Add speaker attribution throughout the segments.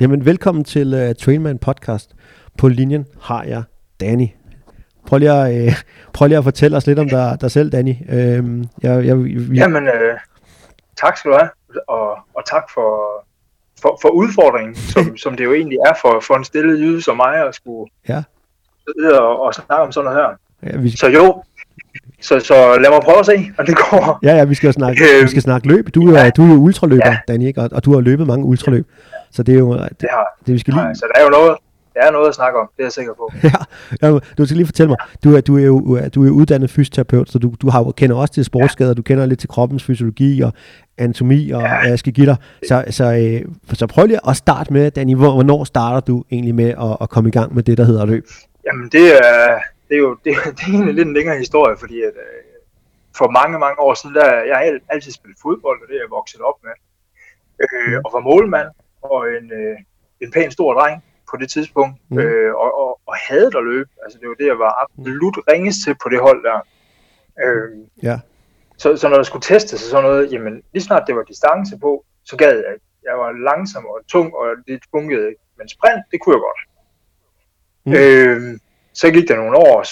Speaker 1: Jamen, velkommen til Trainman Podcast. På linjen har jeg Danny. Prøv lige at fortælle os lidt om dig selv, Danny.
Speaker 2: Jamen, tak skal du have, og tak for udfordringen, som det jo egentlig er for en stille jyde som mig at skulle sidde og snakke om sådan noget her. Ja, Så lad mig prøve at se, om det går.
Speaker 1: Ja, vi skal snakke løb. Du er jo ultraløber, Danny, ikke? Og du har løbet mange ultraløb. Så det er jo det vi skal lige.
Speaker 2: Så der er noget at snakke om, det er jeg sikker på.
Speaker 1: Ja, du skal lige fortælle mig. Du er jo uddannet fysioterapeut, så du kender også til sportsskader, du kender lidt til kroppens fysiologi og anatomi, og jeg skal give dig. Så prøv lige at starte med, Danny, hvornår starter du egentlig med at komme i gang med det, der hedder løb?
Speaker 2: Jamen, det er egentlig lidt en længere historie, fordi at, for mange år siden, jeg har altid spillet fodbold, og det er jeg vokset op med, og var målmand, og en pæn stor dreng på det tidspunkt, og havde der løb. Altså det var det, jeg var absolut ringest til på det hold der. Så når der skulle testes og sådan noget, jamen lige snart det var distance på, så gad jeg ikke. Jeg var langsom og tung, og det fungerede ikke. Men sprint, det kunne jeg godt. Så gik der nogle år,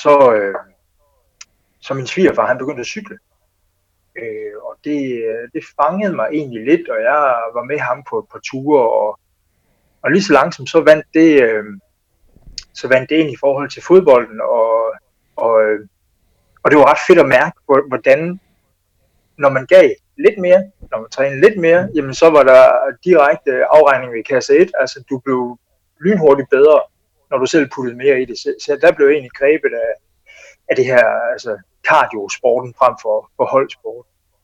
Speaker 2: så min svigerfar, han begyndte at cykle. Og det fangede mig egentlig lidt, og jeg var med ham på et par ture, og lige så langsomt så vandt det ind i forhold til fodbolden, og det var ret fedt at mærke, hvordan når man gav lidt mere, når man trænede lidt mere, jamen så var der direkte afregning ved kasse 1, altså du blev lynhurtigt bedre, når du selv puttede mere i det. Så der blev jeg egentlig grebet af det her, altså cardio-sporten frem for holdsport.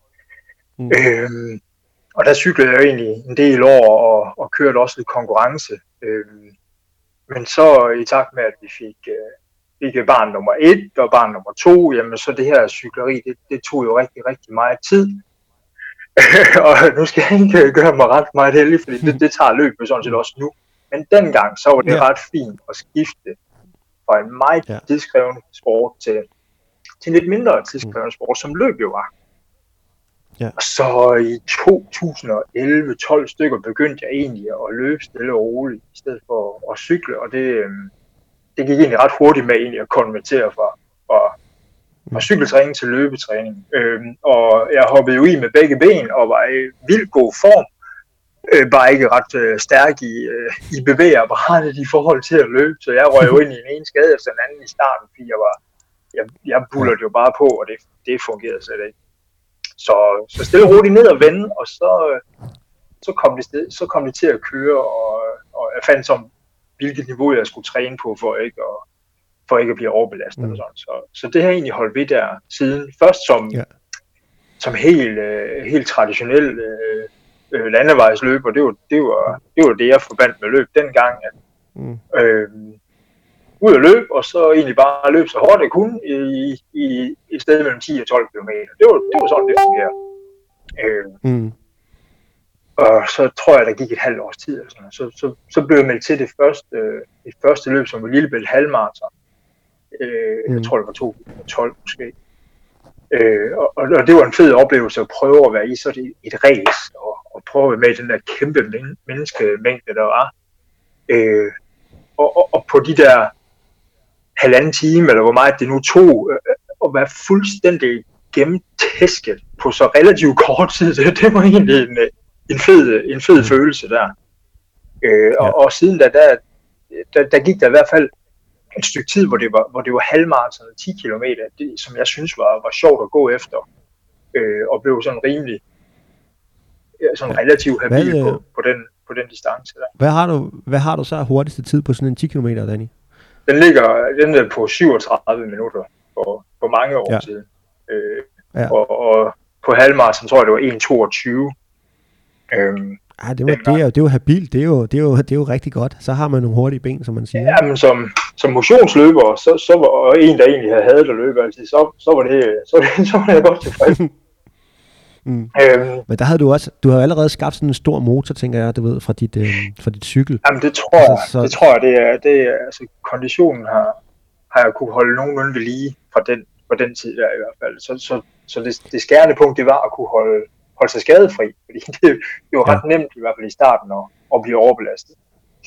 Speaker 2: Og der cyklede jeg egentlig en del år og kørte også lidt konkurrence. Men så i takt med, at vi fik barn nummer 1 og barn nummer 2, jamen så det her cykleri, det tog jo rigtig, rigtig meget tid. Og nu skal jeg ikke gøre mig ret meget heldig, fordi det tager løbet sådan set også nu. Men dengang, så var det ret fint at skifte fra en meget tidskrævende sport til en lidt mindre tidskrævende sport, som løb jo var. Ja. Og så i 2011-12 stykker begyndte jeg egentlig at løbe stille og roligt, i stedet for at cykle, og det gik egentlig ret hurtigt med egentlig at konvertere fra cykeltræning til løbetræning. Og jeg hoppede jo i med begge ben og var i vildt god form, bare ikke ret stærk i bevægeapparatet i forhold til at løbe, så jeg røg jo ind i en ene skade efter den anden i starten, fordi jeg bullede jo bare på, og det fungerede slet ikke. Så stille og roligt ned og vende, og så kom det til at køre, og jeg fandt som hvilket niveau jeg skulle træne på for ikke at blive overbelastet og sådan. Så det har jeg egentlig holdt ved der siden. Først som helt traditionel landevejsløber, det var det jeg forbandt med løb dengang. Ud at løbe, og så egentlig bare løbe så hårdt jeg kunne i et sted mellem 10 og 12 km. Det var sådan, det fungerede. Og så tror jeg, der gik et halvt års tid. Eller sådan. Så blev jeg meldt til det første løb, som var Lillebælt halvmarathon. Jeg tror, det var 2012 måske. Og det var en fed oplevelse at prøve at være i sådan et race, og prøve at være med i den der kæmpe menneskemængde, der var. Og på de der halvanden time, eller hvor meget det nu tog, at være fuldstændig gennemtæsket på så relativt kort tid, det var egentlig en fed følelse der. Og siden der gik der i hvert fald et stykke tid, hvor det var halvmarathon 10 kilometer, som jeg synes var sjovt at gå efter, og blev sådan rimelig sådan relativt habil på den distance der.
Speaker 1: Hvad har du så hurtigste tid på sådan en 10 km, Danny?
Speaker 2: Den ligger på 37 minutter for mange år siden. Og på halvmarathon tror jeg, det var 1:22.
Speaker 1: Det er jo habilt. Det er jo rigtig godt. Så har man nogle hurtige ben, som man siger.
Speaker 2: Ja, men som motionsløber, så var en, der egentlig havde at løbe altid, så var det godt tilfreds.
Speaker 1: Men der havde du har allerede skabt sådan en stor motor, tænker jeg, du ved, fra dit cykel.
Speaker 2: Jamen det tror jeg, det er altså konditionen har jeg kunne holde nogenlunde ved lige fra den tid der i hvert fald. Så det skærende punkt, det var at kunne holde sig skadefri, fordi det var ret nemt i hvert fald i starten at blive overbelastet.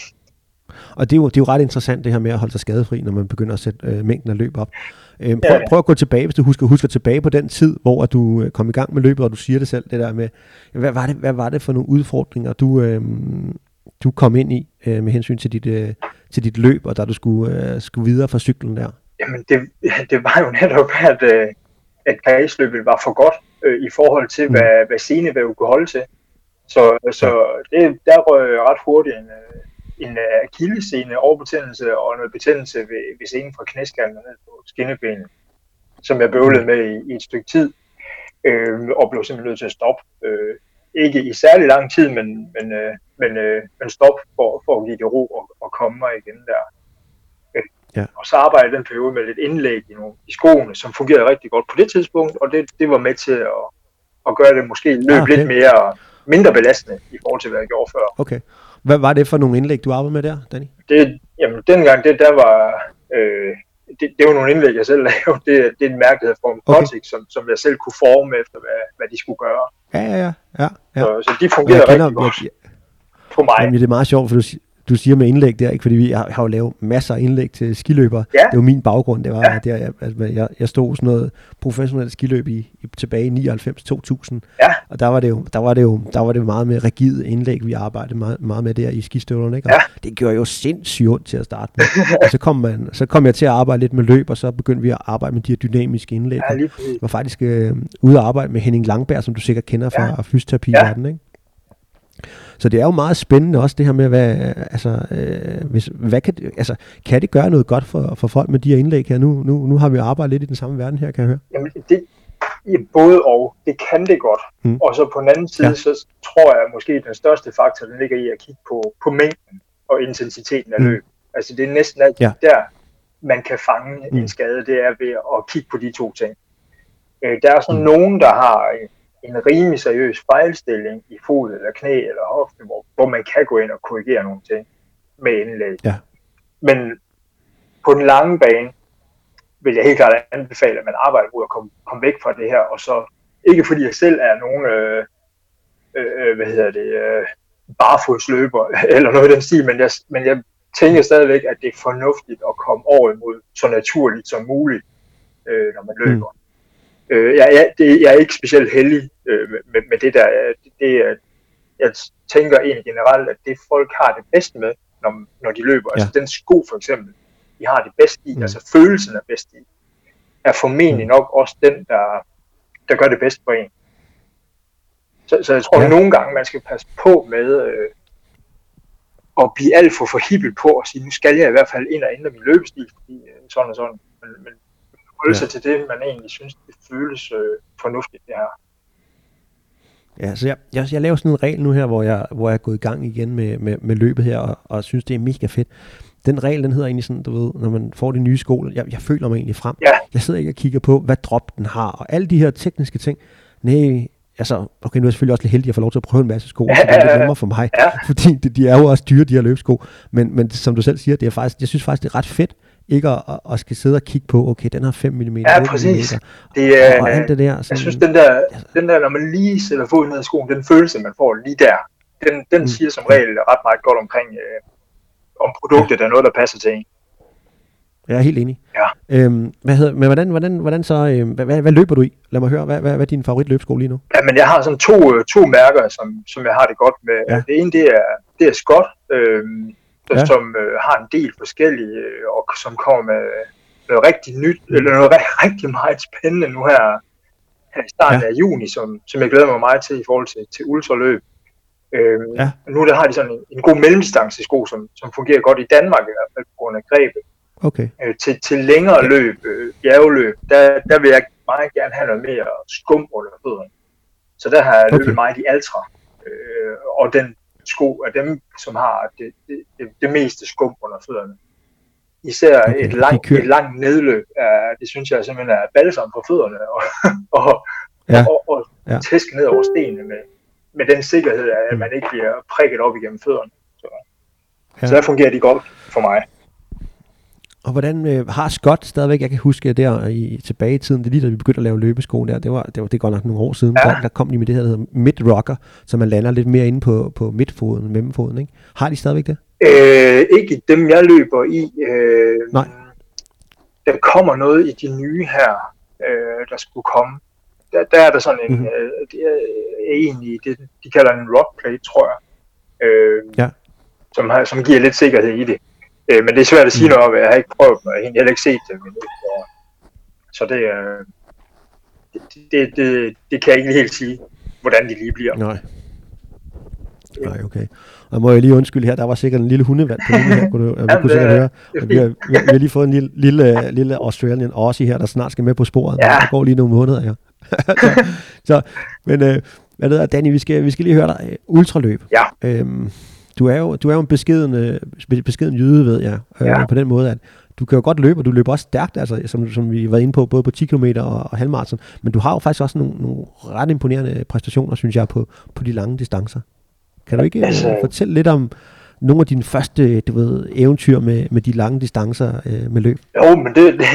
Speaker 1: Og det er jo ret interessant det her med at holde sig skadefri, når man begynder at sætte mængden af løb op. Prøv at gå tilbage, hvis du husker tilbage på den tid, hvor du kom i gang med løbet, og du siger det selv, det der med, hvad var det for nogle udfordringer, du kom ind i med hensyn til dit løb, og da du skulle videre fra cyklen der?
Speaker 2: Jamen, det var jo netop, at kredsløbet var for godt i forhold til, hvad senevæv kunne holde til. Så der røg ret hurtigt en akillessene overbetændelse og noget betændelse ved senen fra knæskallen ned på skinnebenet, som jeg bøvlede med i et stykke tid, og blev simpelthen nødt til at stoppe. Ikke i særlig lang tid, men stop for at give det ro og komme mig igen der. Ja. Og så arbejdede jeg den periode med lidt indlæg i skoene, som fungerede rigtig godt på det tidspunkt, og det var med til at gøre det måske lidt mindre belastende i forhold til, hvad jeg gjorde før. Okay.
Speaker 1: Hvad var det for nogle indlæg, du arbejdede med der, Danny?
Speaker 2: Dengang, det var nogle indlæg, jeg selv lavede. Det er et mærke, der hedder Formotic, som jeg selv kunne forme efter, hvad de skulle gøre.
Speaker 1: Ja.
Speaker 2: Så de fungerede rigtig godt på mig.
Speaker 1: Jamen, det er meget sjovt, for du siger med indlæg der, ikke? Fordi jeg har jo lavet masser af indlæg til skiløbere. Ja. Det var min baggrund. Det var jeg stod sådan noget professionelt skiløb tilbage i 99-2000. Ja. Og der var det meget med rigide indlæg, vi arbejdede meget med der i skistøvlerne, ikke? Og det gjorde jo sindssygt ondt til at starte med. Og så kom jeg til at arbejde lidt med løb, og så begyndte vi at arbejde med de her dynamiske indlæg. Ja, jeg var faktisk ude at arbejde med Henning Langberg, som du sikkert kender fra fysioterapi-verdenen, ikke? Så det er jo meget spændende også det her med, kan det gøre noget godt for folk med de her indlæg her? Nu har vi arbejdet lidt i den samme verden her, kan jeg høre.
Speaker 2: Jamen, både og, det kan det godt. Og så på den anden side, så tror jeg måske den største faktor, den ligger i at kigge på mængden og intensiteten af løb. Altså det er næsten altid der, man kan fange en skade, det er ved at kigge på de to ting. Der er sådan nogen, der har en rimelig seriøs fejlstilling i fod eller knæ eller hofte, hvor man kan gå ind og korrigere nogle ting med indlæg. Ja. Men på den lange bane vil jeg helt klart anbefale, at man arbejder mod at komme væk fra det her, og så ikke fordi jeg selv er nogen barfodsløber eller noget i den stil, men jeg tænker stadigvæk, at det er fornuftigt at komme over imod så naturligt som muligt, når man løber. Jeg er ikke specielt heldig med det der. Jeg tænker egentlig generelt, at det folk har det bedst med, når de løber. Altså den sko for eksempel, de har det bedst i, altså følelsen er bedst i, er formentlig nok også den, der gør det bedst for en. Så jeg tror, at nogle gange man skal passe på med at blive alt for forhippet på at sige, nu skal jeg i hvert fald ind og ændre min løbestil, fordi sådan og sådan. Men holde sig til det, man egentlig synes, det føles fornuftigt, det her.
Speaker 1: Ja, så jeg laver sådan en regel nu her, hvor jeg er gået i gang igen med løbet her, og synes, det er mega fedt. Den regel, den hedder egentlig sådan, du ved, når man får de nye sko, jeg føler mig egentlig frem. Ja. Jeg sidder ikke og kigger på, hvad drop den har, og alle de her tekniske ting. Nej, altså, okay, nu er jeg selvfølgelig også lidt heldig, at jeg får lov til at prøve en masse sko, så det er lidt nemmere for mig, fordi de er jo også dyre, de her løbsko. Men som du selv siger, det er faktisk, jeg synes faktisk, det er ret fedt, ikke at skal sidde og kigge på, okay, den har 5 mm.
Speaker 2: Ja, præcis.
Speaker 1: Og alt det der. Sådan,
Speaker 2: jeg synes, den der, når man lige sætter foden ned i skoen, den følelse, man får lige der, den siger som regel ret meget godt omkring, om produktet er noget, der passer til en.
Speaker 1: Jeg er helt enig. Ja. Men hvordan så, hvad løber du i? Lad mig høre, hvad er din favoritløbsko lige nu?
Speaker 2: Ja, men jeg har sådan to mærker, som jeg har det godt med. Ja. Det ene, det er Scott, som har en del forskellige, og som kommer med noget rigtig nyt, eller noget rigtig meget spændende nu her i starten af juni, som jeg glæder mig meget til i forhold til ultraløb. Nu der har de sådan en god mellemdistancesko, som fungerer godt i Danmark, i hvert fald på grund af grebet. Okay. Til længere løb, bjergeløb, der vil jeg meget gerne have noget mere skum under fødderne. Så der har jeg løbet meget i Altra, og den sko er dem, som har det meste skum under fødderne. Især et langt nedløb, det synes jeg simpelthen er balsam for fødderne, og tæske ned over stenene med den sikkerhed, at man ikke bliver prikket op igennem fødderne. Så der fungerer de godt for mig.
Speaker 1: Og hvordan har Scott stadigvæk, jeg kan huske der tilbage i tiden, det er lige da vi begyndte at lave løbesko der, det er godt nok nogle år siden, der kom de med det her, der hedder mid-rocker, så man lander lidt mere inde på midtfoden, mellemfoden, ikke? Har de stadigvæk det?
Speaker 2: Ikke dem, jeg løber i.
Speaker 1: Nej.
Speaker 2: Der kommer noget i de nye her, der skulle komme. Der er der sådan en, det er egentlig, de kalder en rockplate, tror jeg,
Speaker 1: Ja.
Speaker 2: som giver lidt sikkerhed i det. Men det er svært at sige noget om, jeg har ikke prøvet mig, jeg har heller ikke set det. Så det kan jeg ikke helt sige, hvordan de lige bliver.
Speaker 1: Nej, okay. Og må jeg lige undskylde her, der var sikkert en lille hundevalg på linjen her, kunne sikkert høre. Vi har lige fået en lille Australian Aussie her, der snart skal med på sporet. Ja. Der går lige nogle måneder her. Men hvad det er, Danny, vi skal lige høre dig. Ultraløb.
Speaker 2: Ja.
Speaker 1: Du er jo en beskeden jyde, ved jeg, på den måde, at du kan jo godt løbe, og du løber også stærkt, altså, som vi har været inde på, både på 10 km og halvmarathon, men du har jo faktisk også nogle ret imponerende præstationer, synes jeg, på de lange distancer. Kan du ikke fortælle lidt om nogle af dine første, eventyr med de lange distancer med løb?
Speaker 2: Jo, men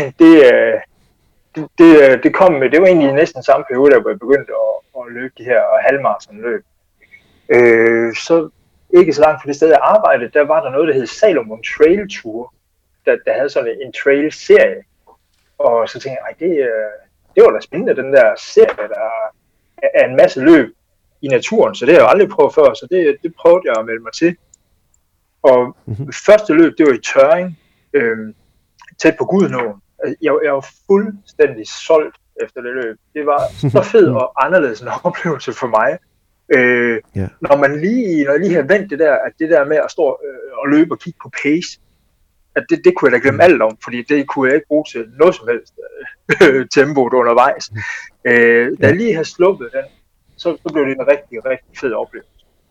Speaker 2: det kom med, det var egentlig næsten samme periode, da jeg begyndte at løbe de her halvmarathonløb. Så ikke så langt fra det sted, jeg arbejdede, der var der noget, der hed Salomon Trail Tour, der havde sådan en trail-serie. Og så tænkte jeg, det var da spændende, den der serie, der er en masse løb i naturen, så det har jeg jo aldrig prøvet før, så det prøvede jeg at melde mig til. Og første løb, det var i Tørring, tæt på Gudenåen. Jeg var fuldstændig solgt efter det løb. Det var så fed og anderledes en oplevelse for mig. Når man lige har vendt det der, at det der med at stå og løbe og kigge på pace, at det kunne jeg da glemme alt om, fordi det kunne jeg ikke bruge til noget som helst tempoet undervejs. Da jeg lige havde sluppet den, så blev det en rigtig, rigtig fed oplevelse.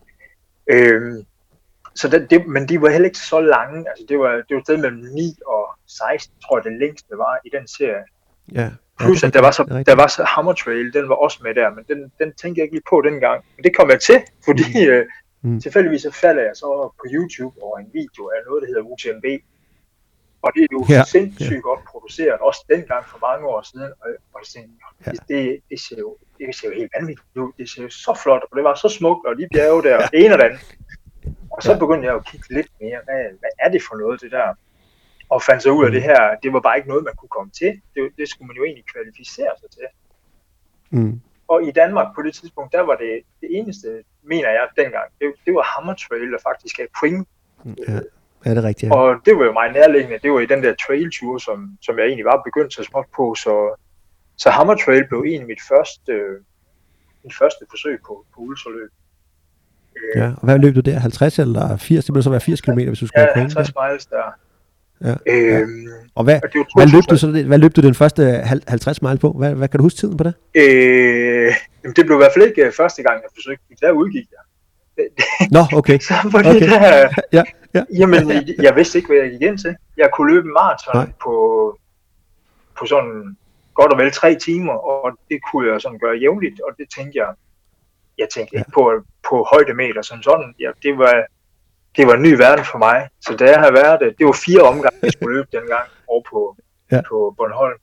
Speaker 2: Men de var heller ikke så lange, altså det var et sted mellem 9 og 16, tror jeg det længste var i den serie.
Speaker 1: Ja.
Speaker 2: Plus at der var så Hammer Trail, den var også med der, men den tænkte jeg ikke lige på dengang. Men det kom jeg til, fordi tilfældigvis så falder jeg så på YouTube over en video af noget, der hedder UTMB. Og det er jo sindssygt godt produceret, også dengang for mange år siden. Og det ser jo helt vanvittigt ud. Det ser jo så flot, og det var så smukt, og de bjerge der, og det ene og det andet. Og så begyndte jeg jo at kigge lidt mere, hvad er det for noget, det der? Og fandt så ud af det her, det var bare ikke noget, man kunne komme til. Det skulle man jo egentlig kvalificere sig til. Og i Danmark på det tidspunkt, der var det eneste, mener jeg dengang, det var Hammer Trail, der faktisk gav point.
Speaker 1: Ja, det er rigtigt. Ja.
Speaker 2: Og det var jo meget nærliggende. Det var i den der trail tour, som jeg egentlig var begyndt så småt på. Så Hammer Trail blev egentlig mit første forsøg på ultraløb.
Speaker 1: Ja, og hvad løb du der? 50 eller 80? Det ville så være 80 km, hvis du skulle have point.
Speaker 2: 50 miles der.
Speaker 1: Ja. Og hvad løb du den første 50 miles på? Hvad kan du huske tiden på det?
Speaker 2: Det blev i hvert fald ikke første gang, jeg forsøgte. Der udgik jeg.
Speaker 1: Nå, okay.
Speaker 2: Så der, jamen, jeg vidste ikke, hvad jeg gik ind til. Jeg kunne løbe maraton på sådan godt og vel 3 timer, og det kunne jeg sådan gøre jævnligt, og det tænkte jeg tænkte ikke på højdemeter som sådan. Ja, det var en ny verden for mig. Så da jeg havde været det var 4 omgange, jeg skulle løbe dengang over på Bornholm.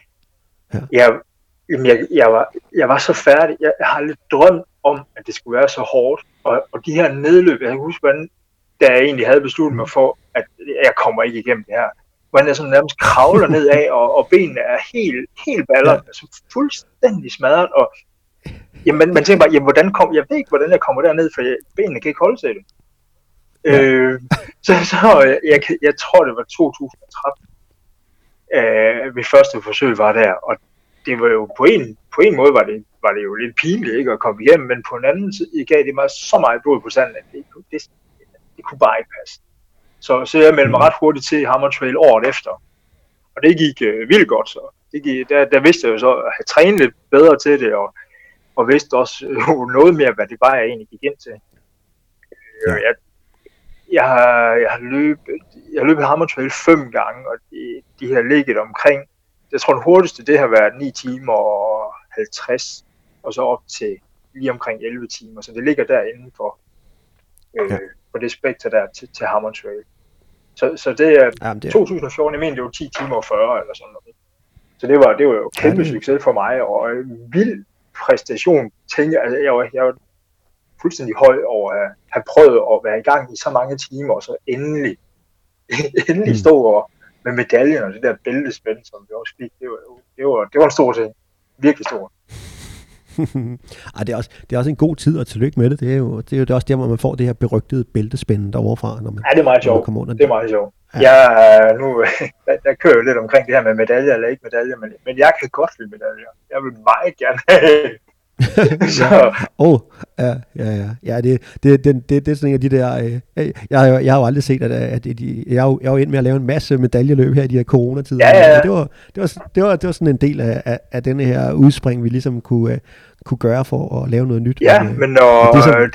Speaker 2: Jeg var så færdig. Jeg har lidt drømt om, at det skulle være så hårdt. Og de her nedløb, jeg kan huske, hvordan da jeg egentlig havde besluttet mig for, at jeg kommer ikke igennem det her. Hvordan jeg sådan nærmest kravler nedad, og benene er helt balleret, altså fuldstændig smadret. Og jamen, man tænker bare, jeg ved ikke, hvordan jeg kommer derned, for benene kan ikke holde til det. Jeg tror, det var 2013. Mit første forsøg var der, og det var jo på en måde var det jo lidt pinligt ikke at komme igennem, men på en anden side gav det mig så meget blod på sanden, at det kunne bare ikke passe. Så jeg meldte mig ret hurtigt til Hammer Trail året efter, og det gik vildt godt. Så der vidste jeg jo så at have trænet lidt bedre til det, og vidste også noget mere, hvad det var, jeg egentlig gik ind til. Jeg har løbet Hammer Trail 5 gange, og de har ligget omkring. Jeg tror, den hurtigste, det har været 9 timer og 50, og så op til lige omkring 11 timer. Så det ligger derinde for det spekter der til Hammer Trail. Så det er 2014, jeg mener, det var 10 timer og 40 eller sådan noget. Så det var jo kæmpe succes for mig, og en vild præstation. Jeg var fuldstændig høj over at have prøvet at være i gang i så mange timer, og så endelig stå og med medaljen og det der bæltespænd, som vi også fik. Det var en stor ting. Virkelig stor.
Speaker 1: Det er også en god tid, og tillykke med det. Det er jo også der, hvor man får det her berygtede bæltespænd deroverfra. Når man,
Speaker 2: det er meget sjovt. Det er meget sjovt. Ja. Der kører jo lidt omkring det her med medaljer eller ikke medaljer, men jeg kan godt lide medaljer. Jeg vil meget gerne have. Det er sådan en af de der. Jeg har jo aldrig set, at jeg er jo endt med at lave en masse medaljeløb her i de her coronatider. Ja.
Speaker 1: Det var sådan en del af denne her udspring, vi ligesom kunne gøre for at lave noget nyt.
Speaker 2: Ja, men når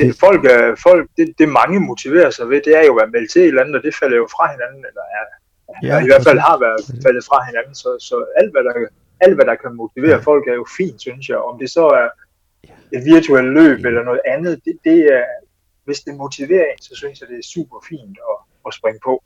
Speaker 2: det mange motiverer sig ved, det er jo at melde til et eller andet, og det falder jo fra hinanden, eller i hvert fald har været faldet fra hinanden, så alt hvad der kan motivere folk er jo fint, synes jeg. Om det så er et virtuelt løb eller noget andet, det er, hvis det motiverer en, så synes jeg, det er super fint at springe på.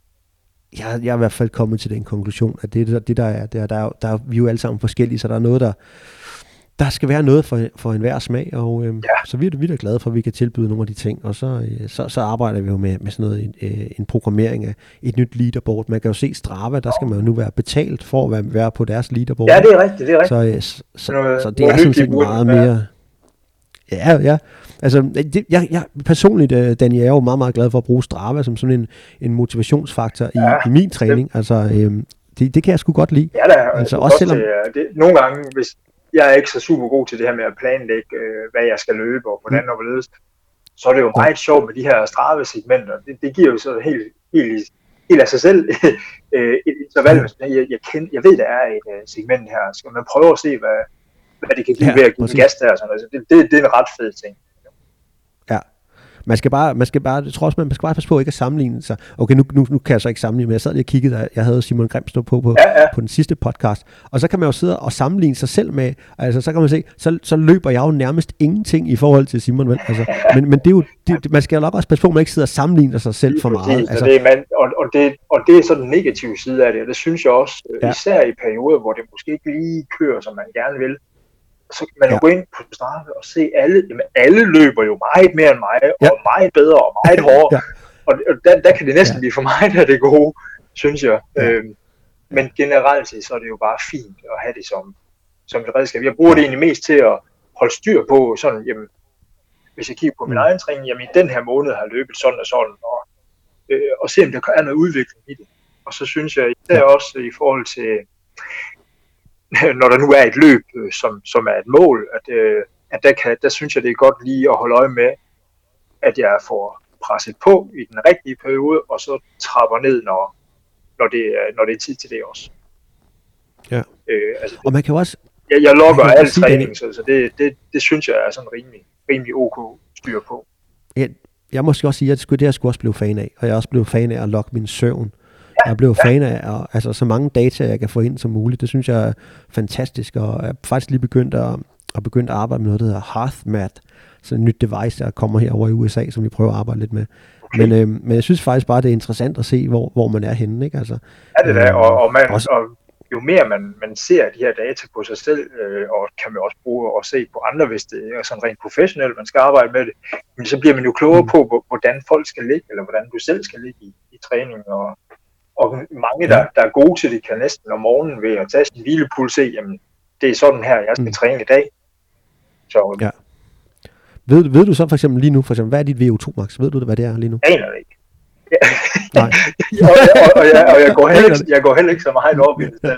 Speaker 1: Jeg er i hvert fald kommet til den konklusion, at det der er vi er jo alle sammen forskellige, så der er noget, der skal være noget for enhver smag, og så vi er da glade for, at vi kan tilbyde nogle af de ting, og så arbejder vi jo med sådan noget, en programmering af et nyt leaderboard. Man kan jo se Strava, der skal man jo nu være betalt for at være på deres leaderboard.
Speaker 2: Ja, det er rigtigt.
Speaker 1: Så det er sådan set meget mere. Ja. Altså, jeg personligt, Danny, er jo meget, meget glad for at bruge Strava som sådan en motivationsfaktor i min træning. Altså, det kan jeg sgu godt lide.
Speaker 2: Ja, altså, også selvom nogle gange, hvis jeg er ikke så super god til det her med at planlægge, hvad jeg skal løbe og hvordan og hvorledes, så er det jo meget sjovt med de her Strava-segmenter. Det giver jo så helt af sig selv et interval. Jeg ved, der er et segment her. Skal man prøve at se, hvad det kan give ved at give gas der? Det er en ret fed ting.
Speaker 1: Ja. Man skal bare, jeg tror også, man skal bare passe på ikke at sammenligne sig. Okay, nu kan jeg så ikke sammenligne, men jeg sad lige og kiggede, jeg havde Simon Grimstrup på den sidste podcast, og så kan man jo sidde og sammenligne sig selv med, altså så kan man se, så løber jeg jo nærmest ingenting i forhold til Simon, vel? Altså, men det er jo, man skal jo nok også passe på, at man ikke sidder og sammenligner sig selv for meget. Altså,
Speaker 2: det er så den negative side af det, og det synes jeg også, især i perioder, hvor det måske ikke lige kører, som man gerne vil. Så kan man jo gå ind på Strava og se alle løber jo meget mere end mig, og meget bedre og meget hårdere. Og der kan det næsten blive for mig, der det gode, synes jeg. Men generelt så er det jo bare fint at have det som et redskab. Jeg bruger det egentlig mest til at holde styr på, sådan, jamen, hvis jeg kigger på min egen træning, jamen i den her måned har jeg løbet sådan og sådan, og se om der er noget udvikling i det. Og så synes jeg især også i forhold til, når der nu er et løb, som er et mål, at der synes jeg, det er godt lige at holde øje med, at jeg får presset på i den rigtige periode, og så trapper ned, når det er tid til det også.
Speaker 1: Ja. Og man kan jo også...
Speaker 2: Jeg logger al træning, så det synes jeg er sådan rimelig ok styr på.
Speaker 1: Jeg måske også sige, at det jeg skulle også blive fan af, og jeg er også blevet fan af at logge min søvn. Jeg blev fan af altså, så mange data, jeg kan få ind som muligt. Det synes jeg er fantastisk, og jeg er faktisk lige begyndt at arbejde med noget, der hedder HearthMath. Så et nyt device, der kommer herover i USA, som vi prøver at arbejde lidt med. Okay. Men jeg synes faktisk bare, det er interessant at se, hvor man er henne. Ikke? Altså,
Speaker 2: det er og jo mere man ser de her data på sig selv, og kan man også bruge og se på andre, hvis det er sådan rent professionelt, man skal arbejde med det, men så bliver man jo klogere på, hvordan folk skal ligge, eller hvordan du selv skal ligge i træning, og mange, der er gode til det, kan næsten om morgenen ved at tage sin hvilepuls se, jamen, det er sådan her, jeg skal træne i dag. Så,
Speaker 1: ja. Ved du så for eksempel lige nu, hvad er dit VO2 max? Ved du, hvad det er lige nu?
Speaker 2: Aner det ikke.
Speaker 1: Nej.
Speaker 2: og jeg går heller ikke så meget op i det selv.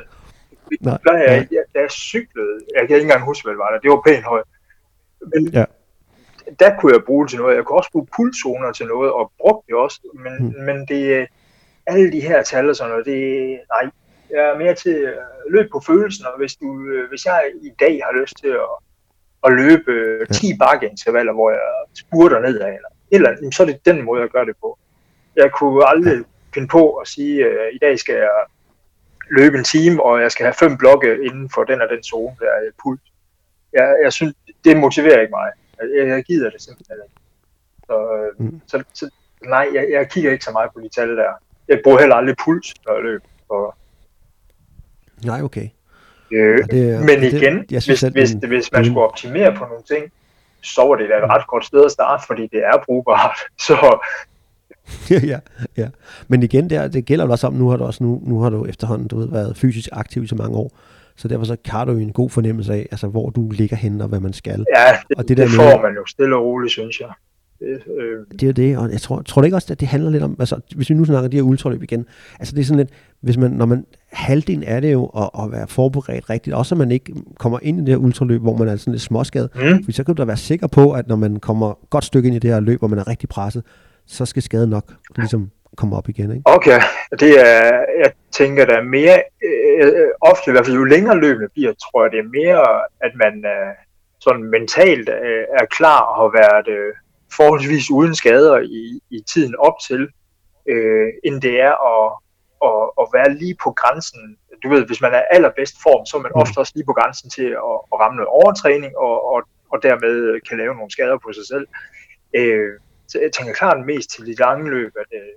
Speaker 2: Da jeg cyklede, jeg kan ikke engang huske, hvad det var, det var pænt højt. Men der kunne jeg bruge det til noget. Jeg kunne også bruge pulszoner til noget, og brugte det også. Men det alle de her tal og sådan noget, nej, jeg er mere til løb på følelsen, og hvis jeg i dag har lyst til at løbe 10 bakkeintervaller, hvor jeg spurter nedad, eller så er det den måde, jeg gør det på. Jeg kunne aldrig finde på at sige, i dag skal jeg løbe en time, og jeg skal have 5 blokke inden for den og den zone, der er puls. Jeg synes, det motiverer ikke mig. Jeg gider det simpelthen ikke. Så nej, jeg kigger ikke så meget på de tal der. Jeg bruger heller aldrig puls, når jeg løber.
Speaker 1: Nej, okay.
Speaker 2: Men igen, hvis man skulle optimere på nogle ting, så var det da et ret godt sted at starte, fordi det er brugbart. Så
Speaker 1: ja. Men igen, det gælder jo også om, nu har du efterhånden været fysisk aktiv i så mange år, så derfor så har du jo en god fornemmelse af, altså hvor du ligger henne og hvad man skal.
Speaker 2: ja,
Speaker 1: Og
Speaker 2: det får man jo stille og roligt, synes jeg.
Speaker 1: Det er jo det, og jeg tror du ikke også, at det handler lidt om, altså hvis vi nu snakker de her ultraløb igen, altså det er sådan lidt, når man halvdelen er det jo at være forberedt rigtigt, også så man ikke kommer ind i det her ultraløb, hvor man er sådan lidt småskadet, for så kan du da være sikker på, at når man kommer godt stykke ind i det her løb, hvor man er rigtig presset, så skal skaden nok ligesom komme op igen, ikke?
Speaker 2: Okay, jeg tænker, der er mere, ofte i hvert fald jo længere løbene bliver, tror jeg, det er mere, at man sådan mentalt er klar og har været forholdsvis uden skader i tiden op til, end det er at være lige på grænsen. Du ved, hvis man er allerbedst form, så er man ofte også lige på grænsen til at ramme noget overtræning, og dermed kan lave nogle skader på sig selv. Så jeg tænker klart mest til de lange løb,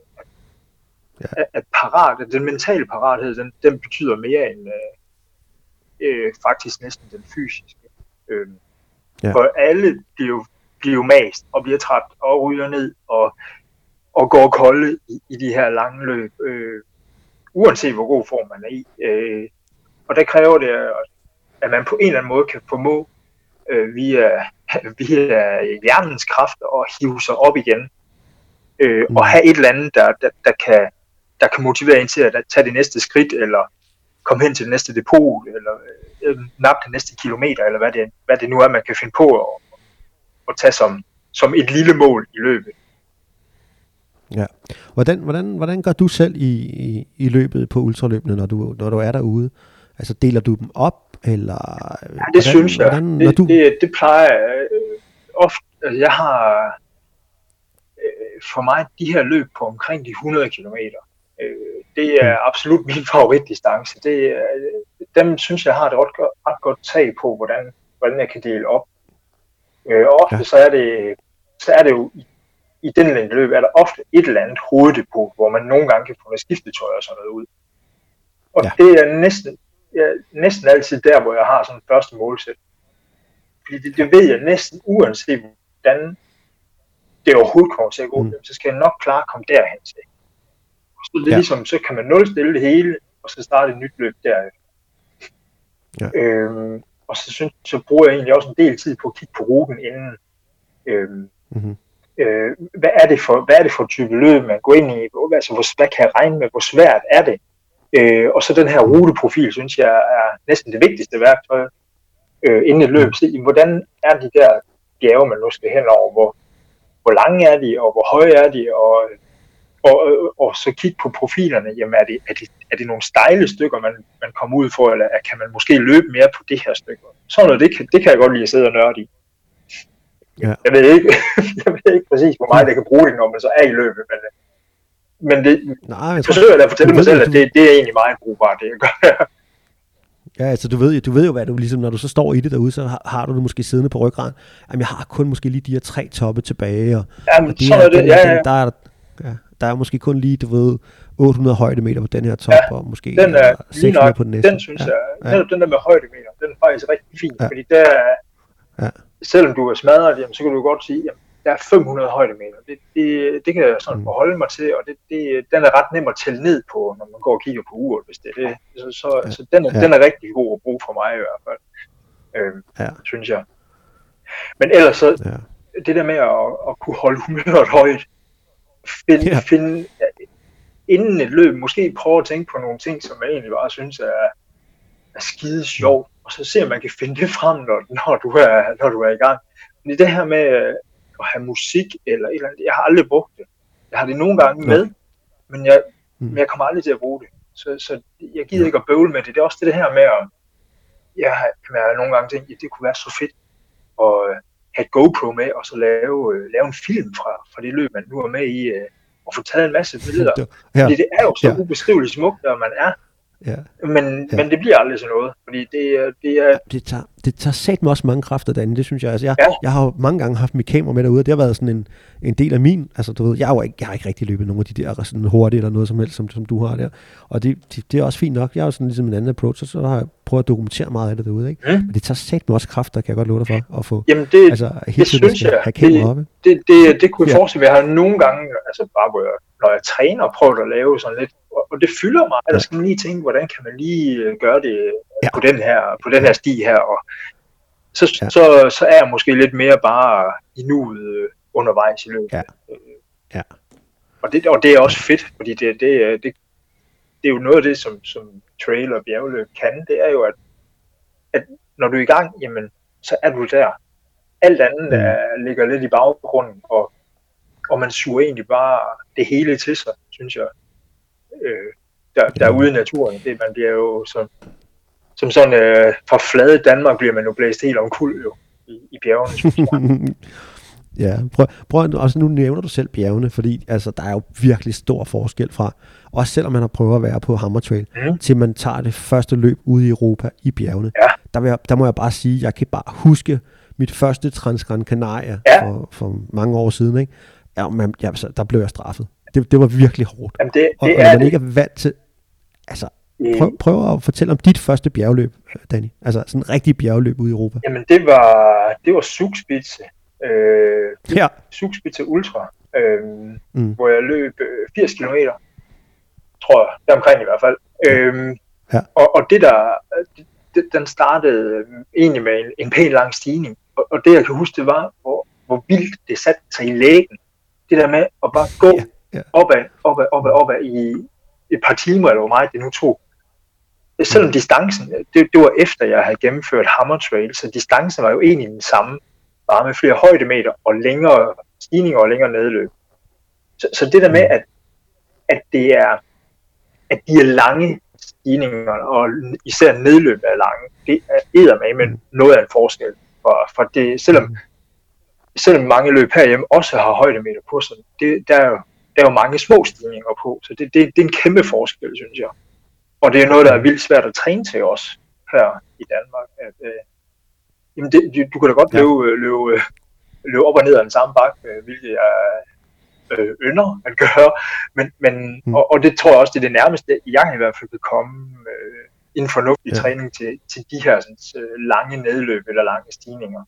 Speaker 2: at den mentale parathed, den betyder mere end faktisk næsten den fysiske. For alle bliver jo mast og bliver træt og ryger ned og går kolde i de her lange løb, uanset hvor god form man er i. Og der kræver det, at man på en eller anden måde kan formå via hjernens kraft at hive sig op igen, og have et eller andet, der kan motivere en til at tage det næste skridt, eller komme hen til det næste depot, eller nappe det næste kilometer, eller hvad det nu er, man kan finde på at tage som et lille mål i løbet.
Speaker 1: Ja. Hvordan gør du selv i løbet på ultraløbene, når du er derude? Altså deler du dem op, eller?
Speaker 2: Ja, det synes jeg. Det plejer jeg ofte. Altså, jeg har for mig de her løb på omkring de 100 kilometer. Det er absolut min favoritdistance. Dem synes jeg har et ret godt tag på, hvordan jeg kan dele op. Og ofte så er det jo i den længde løb, er der ofte et eller andet hoveddepot, hvor man nogle gange kan få noget skiftetøj og sådan noget ud. Og det er næsten altid der, hvor jeg har sådan en første målsæt. Fordi det ved jeg næsten uanset hvordan det overhovedet kommer til at gå, så skal jeg nok klare at komme derhen til. Så det er ligesom, så kan man nulstille det hele, og så starte et nyt løb derefter. Ja. Og så bruger jeg egentlig også en del tid på at kigge på ruten inden. Hvad er det for type løb, man går ind i? Altså, hvad kan jeg regne med? Hvor svært er det? Og så den her ruteprofil, synes jeg, er næsten det vigtigste værktøj inden et løb. Hvordan er de der bjerge, man nu skal hen over? Hvor lange er de, og hvor høje er de? Og så kigge på profilerne. Jamen, er det nogle stejle stykker, man kommer ud for, eller kan man måske løbe mere på det her stykke? Sådan noget, det kan jeg godt lide at sidde og nørde i. Ja. Jeg ved ikke præcis, hvor meget jeg kan bruge det, når man så er i løbet, men jeg forsøger at fortælle mig selv, at det er egentlig meget brugbart, det jeg gør.
Speaker 1: Ja, altså du ved jo, hvad du ligesom, når du så står i det derude, så har du det måske siddende på ryggraden. Jamen, jeg har kun måske lige de her 3 toppe tilbage, og der er måske kun lige, 800 højdemeter på den her top, og måske 600 på den næste.
Speaker 2: Den synes jeg, den der med højdemeter, den er faktisk rigtig fin, fordi selvom du er smadret, jamen, så kan du godt sige, at der er 500 højdemeter. Det kan jeg sådan forholde mig til, og den er ret nem at tælle ned på, når man går og kigger på uret, hvis det er det. Så den er rigtig god at bruge for mig i hvert fald, synes jeg. Men ellers så, det der med at kunne holde humøret højt, finde inden et løb, måske prøve at tænke på nogle ting, som jeg egentlig bare synes er skide sjovt, og så se, om man kan finde det frem, når du er i gang. Men det her med at have musik eller et eller andet, jeg har aldrig brugt det. Jeg har det nogle gange med, men jeg kommer aldrig til at bruge det. Så jeg gider ikke at bøvle med det. Det er også det her med, at jeg har nogle gange tænkt, at det kunne være så fedt at have et GoPro med, og så lave en film fra det løb, man nu er med i, og få taget en masse billeder. Fordi det er jo så ubeskriveligt smukt, når man er Men det bliver aldrig sådan noget, fordi det er...
Speaker 1: Det tager satme også mange kræfter derinde, det synes jeg. Altså,
Speaker 2: Ja.
Speaker 1: jeg har jo mange gange haft mit kamera med derude, og det har været sådan en del af min, altså du ved, jeg har ikke rigtig løbet nogle af de der sådan hurtigt eller noget som helst, som du har der. Og det er også fint nok. Jeg har jo sådan ligesom en anden approach, og så har jeg prøvet at dokumentere meget af det derude, ikke? Men det tager satme også kræfter, kan jeg godt love dig for, at få,
Speaker 2: det synes jeg.
Speaker 1: Have kamera oppe.
Speaker 2: Det kunne jeg forestille mig. Jeg har nogle gange, altså bare når jeg træner, prøvet at lave sådan lidt, og det fylder mig. Der skal man lige tænke, hvordan kan man lige gøre det på den her sti her, og så er jeg måske lidt mere bare i nuet undervejs i løbet.
Speaker 1: Ja.
Speaker 2: Og det er også fedt, fordi det er jo noget af det, som trail og bjergløb kan, det er jo, at når du er i gang, jamen, så er du der. Alt andet ligger lidt i baggrunden, og man suger egentlig bare det hele til sig, synes jeg. Der er ude i naturen. Man bliver jo som sådan fra flade Danmark bliver man jo blæst helt omkuld jo i bjergene.
Speaker 1: Ja, prøv også nu nævner du selv bjergene, fordi altså der er jo virkelig stor forskel fra, også selvom man har prøvet at være på Hammertrail, til man tager det første løb ude i Europa i bjergene. Ja. Der må jeg bare sige, jeg kan bare huske mit første Transgran Canaria for mange år siden, ikke? Der blev jeg straffet. Det var virkelig hårdt.
Speaker 2: Jamen
Speaker 1: og når man ikke er vant til, altså prøv at fortælle om dit første bjergløb, Danny. Altså sådan en rigtig bjergløb ude i Europa.
Speaker 2: Jamen det var Zugspitze. Zugspitze Ultra, hvor jeg løb 80 km, tror jeg, deromkring i hvert fald. Og det den startede egentlig med en pæn lang stigning, og det jeg kan huske, det var, hvor vildt det satte sig i lægen. Det der med at bare gå opad i et par timer, eller hvor meget det nu tog. Selvom distancen, det var efter jeg havde gennemført Hammertrail, så distancen var jo egentlig den samme, bare med flere højdemeter og længere stigninger og længere nedløb. Så det der med, at de er lange stigninger, og især nedløb er lange, det er eddermame noget af en forskel. For det, selvom mange løb herhjemme også har højdemeter på, så der er jo mange små stigninger på, så det er en kæmpe forskel, synes jeg. Og det er noget, der er vildt svært at træne til os her i Danmark. Jamen du kan da godt løbe op og ned ad den samme bakke, hvilket jeg ynder at gøre, men og det tror jeg også, det er det nærmeste, jeg i hvert fald kan komme i en fornuftig træning til de her sådan, lange nedløb eller lange stigninger.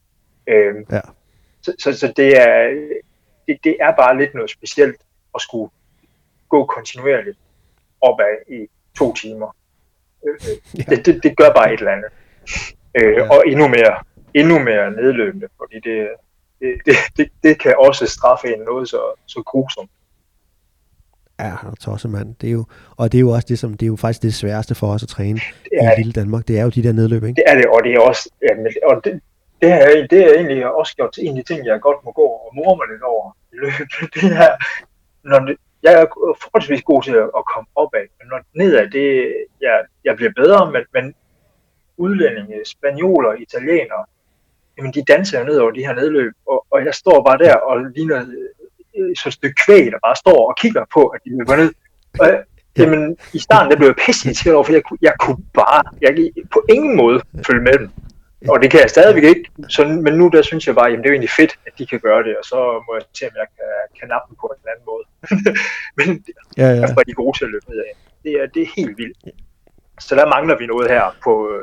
Speaker 2: Så det er bare lidt noget specielt at skulle gå kontinuerligt opad i 2 timer. Det gør bare et eller andet. Og endnu mere nedløbende, fordi det kan også straffe en noget så grusomt.
Speaker 1: Ja, tosset mand. Det er jo også det er jo faktisk det sværeste for os at træne i lille Danmark. Det er jo de der nedløb, ikke?
Speaker 2: Det er det, og det er også, og det er egentlig også gjort til en af de ting, jeg godt må gå og more mig lidt over i løbet. Det her, jeg er forholdsvis god til at komme opad, men når nedad, jeg bliver bedre, men udlændinge, spanioler, italienere, jamen de danser jo ned over de her nedløb, og jeg står bare der og ligner så et stykke kvæg, der bare står og kigger på, at de løber ned. Og, jamen, i starten der blev jeg pissirriteret over, for jeg kunne på ingen måde følge med dem. Og det kan jeg stadigvæk ikke, men nu der synes jeg bare, jamen det er jo egentlig fedt, at de kan gøre det, og så må jeg se, om jeg kan nappe dem på en anden måde. Men derfor er de gode til at løbe nedad. Det er helt vildt. Så der mangler vi noget her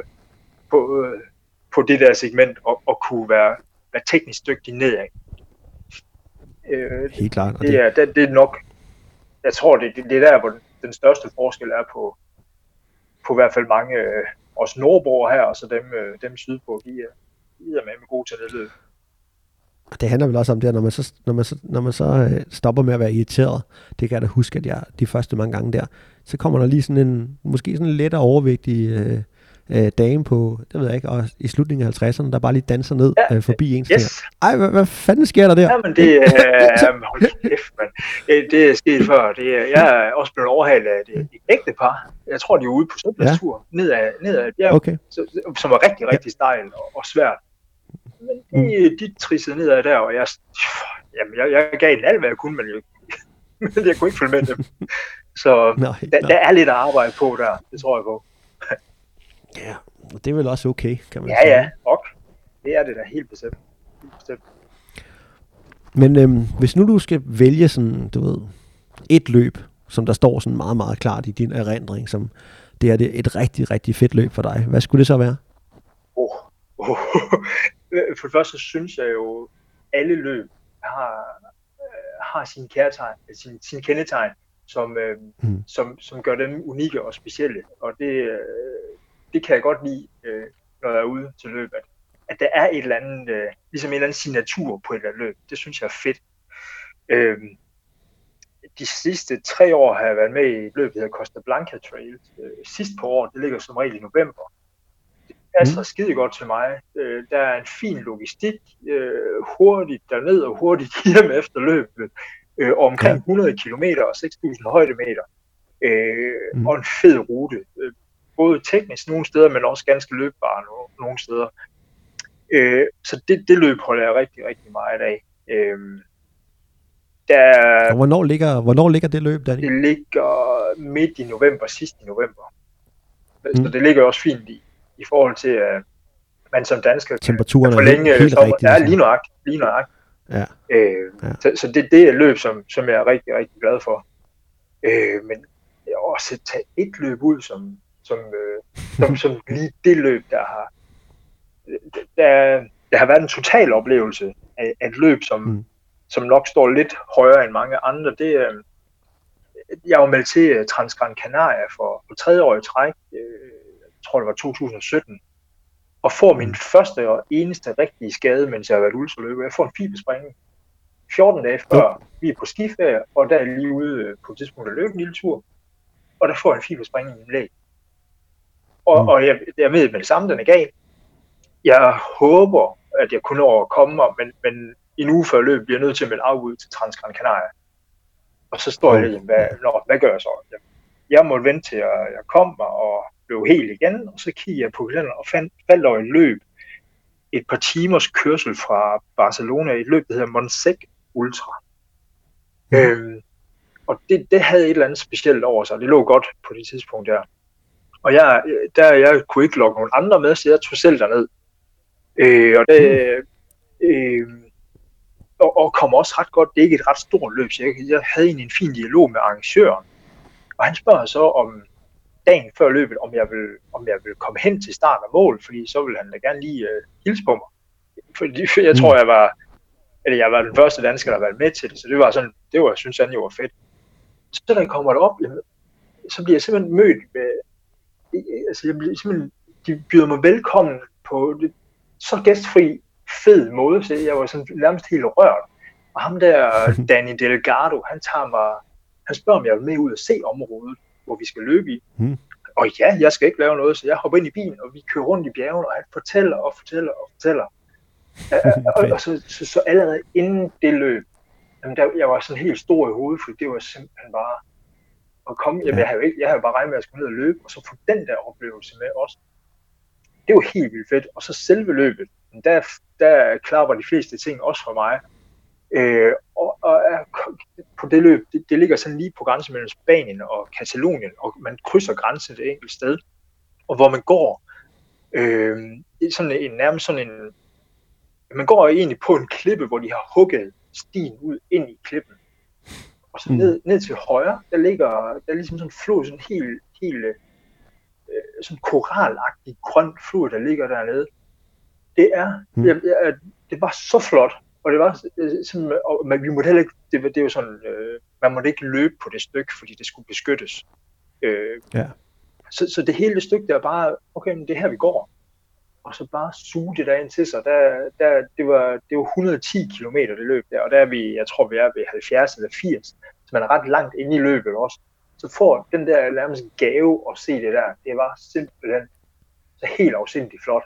Speaker 2: på det der segment, og kunne være teknisk dygtig nedad.
Speaker 1: Helt klart.
Speaker 2: Det er nok, jeg tror det er der, hvor den største forskel er på i hvert fald mange os nordboere her, og så dem sydpå, de er med gode til nedløb.
Speaker 1: Det handler vel også om det, når man så stopper med at være irriteret. Det kan jeg da huske, at jeg de første mange gange der, så kommer der lige sådan måske sådan en let og overvægtig dame på, det ved jeg ikke, og i slutningen af 50'erne, der bare lige danser ned forbi ens.
Speaker 2: Yes.
Speaker 1: Ej, hvad fanden sker der der?
Speaker 2: Jamen det hold kæft, man. Det er sket før. Jeg er også blevet overhalet af et ægtepar. Jeg tror, de er ude på søndagstur ned ad et bjerg, som var rigtig, rigtig stejl og svært. Men de trissede nedad der, og jeg gav den alt, hvad jeg kunne, men jeg kunne ikke følge med dem. Så
Speaker 1: Nej,
Speaker 2: der er lidt at arbejde på der, det tror jeg på.
Speaker 1: Ja, og det er vel også okay, kan man
Speaker 2: Ja,
Speaker 1: sige.
Speaker 2: ja, ok. Det er det da helt bestemt. Helt bestemt.
Speaker 1: Men hvis nu du skal vælge sådan, du ved, et løb, som der står sådan meget, meget klart i din erindring, som det er et rigtig, rigtig fedt løb for dig, hvad skulle det så være?
Speaker 2: For det første synes jeg jo, alle løb har sine kærtegn, sine kendetegn, som gør dem unikke og specielle. Og det kan jeg godt lide, når jeg er ude til løb, at der er et eller andet, ligesom en eller anden signatur på et eller andet løb. Det synes jeg er fedt. De sidste 3 år har jeg været med i et løb, der hedder Costa Blanca Trails. Sidst på året, det ligger som regel i november. Det passer skide godt til mig. Der er en fin logistik, hurtigt derned og hurtigt hjem efter løbet, omkring 100 km og 6.000 højdemeter. Og en fed rute. Både teknisk nogle steder, men også ganske løbbar nogle steder. Så det løb holder jeg rigtig, rigtig meget af.
Speaker 1: Og hvornår ligger det løb, Danny?
Speaker 2: Det ligger midt i november, sidst i november. Så det ligger også fint i forhold til, at man som dansker
Speaker 1: temperaturen
Speaker 2: forlænge
Speaker 1: helt
Speaker 2: sommer.
Speaker 1: rigtig.
Speaker 2: Ja, lige nøjagtigt.
Speaker 1: Ja.
Speaker 2: Så det er et løb, som jeg er rigtig, rigtig glad for. Men også at tage et løb ud, som lige det løb, der har været en total oplevelse af et løb, som nok står lidt højere end mange andre. Jeg var meldt til Transgran Canaria for 3. år i træk, jeg tror det var 2017, og får min første og eneste rigtige skade, mens jeg har været ultraløber. Jeg får en fibersprængning 14 dage før vi er på skiferie, og der er lige ude på et tidspunkt at løbe en lille tur, og der får jeg en fibersprængning i min læg. Og jeg ved med det samme, den er gal. Jeg håber, at jeg kunne overkomme mig, men en uge før løb bliver jeg nødt til at melde afbud til Transgran Canaria. Og så står jeg lidt, hvad gør jeg så? Jeg måtte vente til, at jeg kom mig og blev helt igen, og så kiggede jeg på kalenderen og faldt over et løb. Et par timers kørsel fra Barcelona, et løb, der hedder Montsec Ultra. Og det havde et eller andet specielt over sig, det lå godt på det tidspunkt der. Og jeg kunne ikke lokke nogen andre med, så jeg tog selv derned. Og kom også ret godt. Det er ikke et ret stort løb, så jeg havde en fin dialog med arrangøren. Og han spørger så om dagen før løbet, om jeg vil komme hen til start og mål, fordi så ville han da gerne lige hilse på mig. Fordi jeg tror, jeg var den første dansker, der var med til det, så det synes han jo var fedt. Så da jeg kommer derop, så bliver jeg simpelthen mødt med, de byder mig velkommen på det, så gæstfri, fed måde, så jeg var sådan nærmest helt rørt. Og ham der, Danny Delgado, han spørger, om jeg vil med ud og se området, hvor vi skal løbe i. Og ja, jeg skal ikke lave noget, så jeg hopper ind i bilen, og vi kører rundt i bjergene, og han fortæller. Og så allerede inden det løb, jeg var sådan helt stor i hovedet, for det var simpelthen bare at komme. Jamen, jeg havde bare regnet med, at jeg skulle ned og løbe, og så få den der oplevelse med også. Det var helt vildt fedt. Og så selve løbet, der klapper de fleste ting også for mig. Og på det løb, det ligger sådan lige på grænsen mellem Spanien og Katalonien, og man krydser grænsen et enkelt sted, og hvor man går man går egentlig på en klippe, hvor de har hugget stien ud ind i klippen, og så ned til højre, der er ligesom sådan en flod, sådan helt sådan koralagtig grøn flod, der ligger dernede. Det var så flot. Og det var sådan, vi måtte heller ikke, det var sådan, man måtte ikke løbe på det stykke, fordi det skulle beskyttes. Så det hele stykke der bare, okay, men det er her vi går. Og så bare suge det der ind til sig. Det var 110 kilometer det løb der, og der er vi, jeg tror vi er ved 70 eller 80, så man er ret langt inde i løbet også. Så får den der nærmest gave at se det der, det var simpelthen så helt afsindigt flot.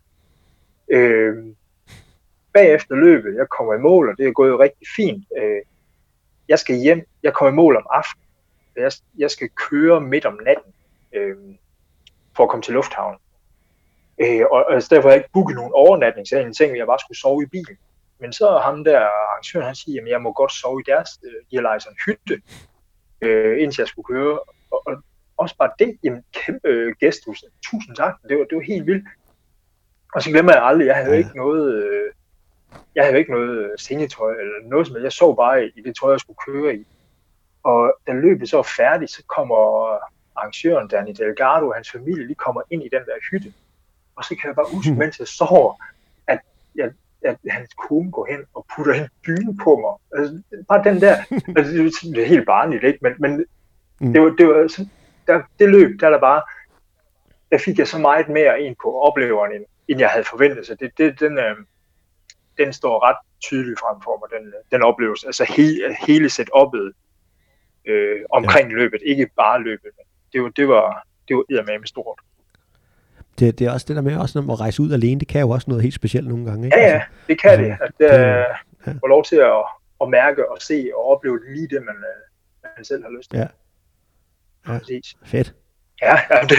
Speaker 2: Bagefter løbet, jeg kommer i mål, og det er gået rigtig fint. Jeg skal hjem, jeg kommer i mål om aftenen. Jeg skal køre midt om natten for at komme til lufthavnen. Og derfor har jeg ikke booket nogen overnatning, så jeg tænkte, at jeg bare skulle sove i bilen. Men så ham der arrangøren, han siger, at jeg må godt sove i deres, de har lejet sådan en hytte, indtil jeg skulle køre. og også bare det, jamen kæmpe gestus. Tusind tak, det var helt vildt. Og så glemmer jeg aldrig, jeg havde jo ikke noget sengetøj eller noget som helst. Jeg sov bare i det tøj, jeg skulle køre i. Og da løbet så var færdigt, så kommer arrangøren, Danny Delgado og hans familie, de kommer ind i den der hytte. Og så kan jeg bare huske, mens jeg sover, at hans kone går hen og putter en dyne på mig. Altså, bare den der, altså, det er helt barnligt, ikke? Men det var sådan, det løb, der fik jeg så meget mere ind på opleveren, end jeg havde forventet. Så den står ret tydeligt frem for mig, den oplevelse. Altså hele setup'et omkring løbet, ikke bare løbet. Det var eddermame stort.
Speaker 1: Det er også det der med også, når man rejse ud alene, det kan jo også noget helt specielt nogle gange, ikke?
Speaker 2: Ja, det kan det. At få lov til at mærke og se og opleve lige det, man selv har lyst til.
Speaker 1: Ja. Fedt.
Speaker 2: Ja,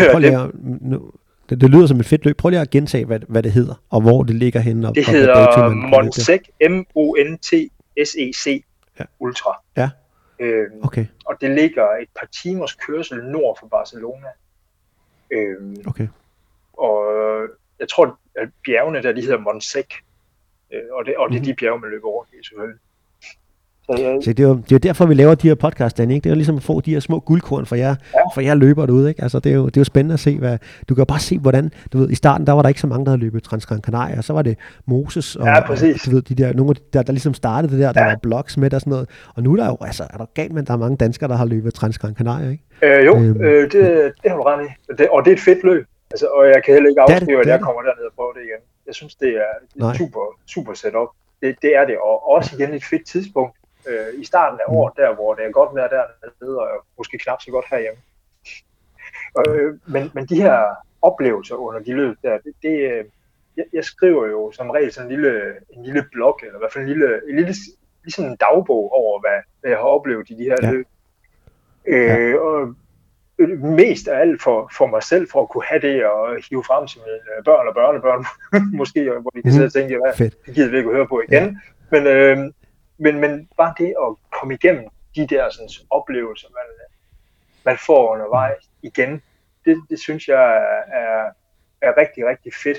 Speaker 1: det lyder som et fedt løb. Prøv lige at gentage, hvad det hedder, og hvor det ligger henne.
Speaker 2: Det hedder Montsec, MONTSEC Ultra.
Speaker 1: Ja. Okay.
Speaker 2: Og det ligger et par timers kørsel nord for Barcelona.
Speaker 1: Okay.
Speaker 2: Og jeg tror, at bjergene der, de hedder Montsec. Og det er de bjerge, man løber rundt i, selvfølgelig.
Speaker 1: Så det er jo derfor, vi laver de her podcast, Danny, ikke? Det er jo ligesom at få de her små guldkorn for jer løber derude, ikke? Altså, det er jo spændende at se, du kan jo bare se, hvordan, du ved, i starten, der var der ikke så mange, der havde løbet Transgran Canaria, og så var det Moses, og du ved, de der, nogle af der ligesom startede det der var blogs med og sådan noget, og nu er der jo, altså, er der galt, men der er mange danskere, der har løbet Transgran Canaria, ikke?
Speaker 2: Det har du ret i, og det er et fedt løb, altså, og jeg kan heller ikke afskrive, at jeg kommer derned og prøver det igen. Jeg synes, det er super setup. Det er det, og også igen et fedt tidspunkt. I starten af året, der hvor det er godt vejr dernede, og måske knap så godt herhjemme. Men de her oplevelser under de løb der, jeg skriver jo som regel sådan en lille blog, eller i hvert fald en lille ligesom en dagbog over, hvad jeg har oplevet i de her løb. Og mest af alt for mig selv, for at kunne have det og hive frem til mine børn og børnebørn, måske, hvor de kan sidde og tænke, det gider vi ikke at høre på igen. Men bare det at komme igennem de der sådan, oplevelser, man får undervejs igen, det synes jeg er rigtig, rigtig fedt.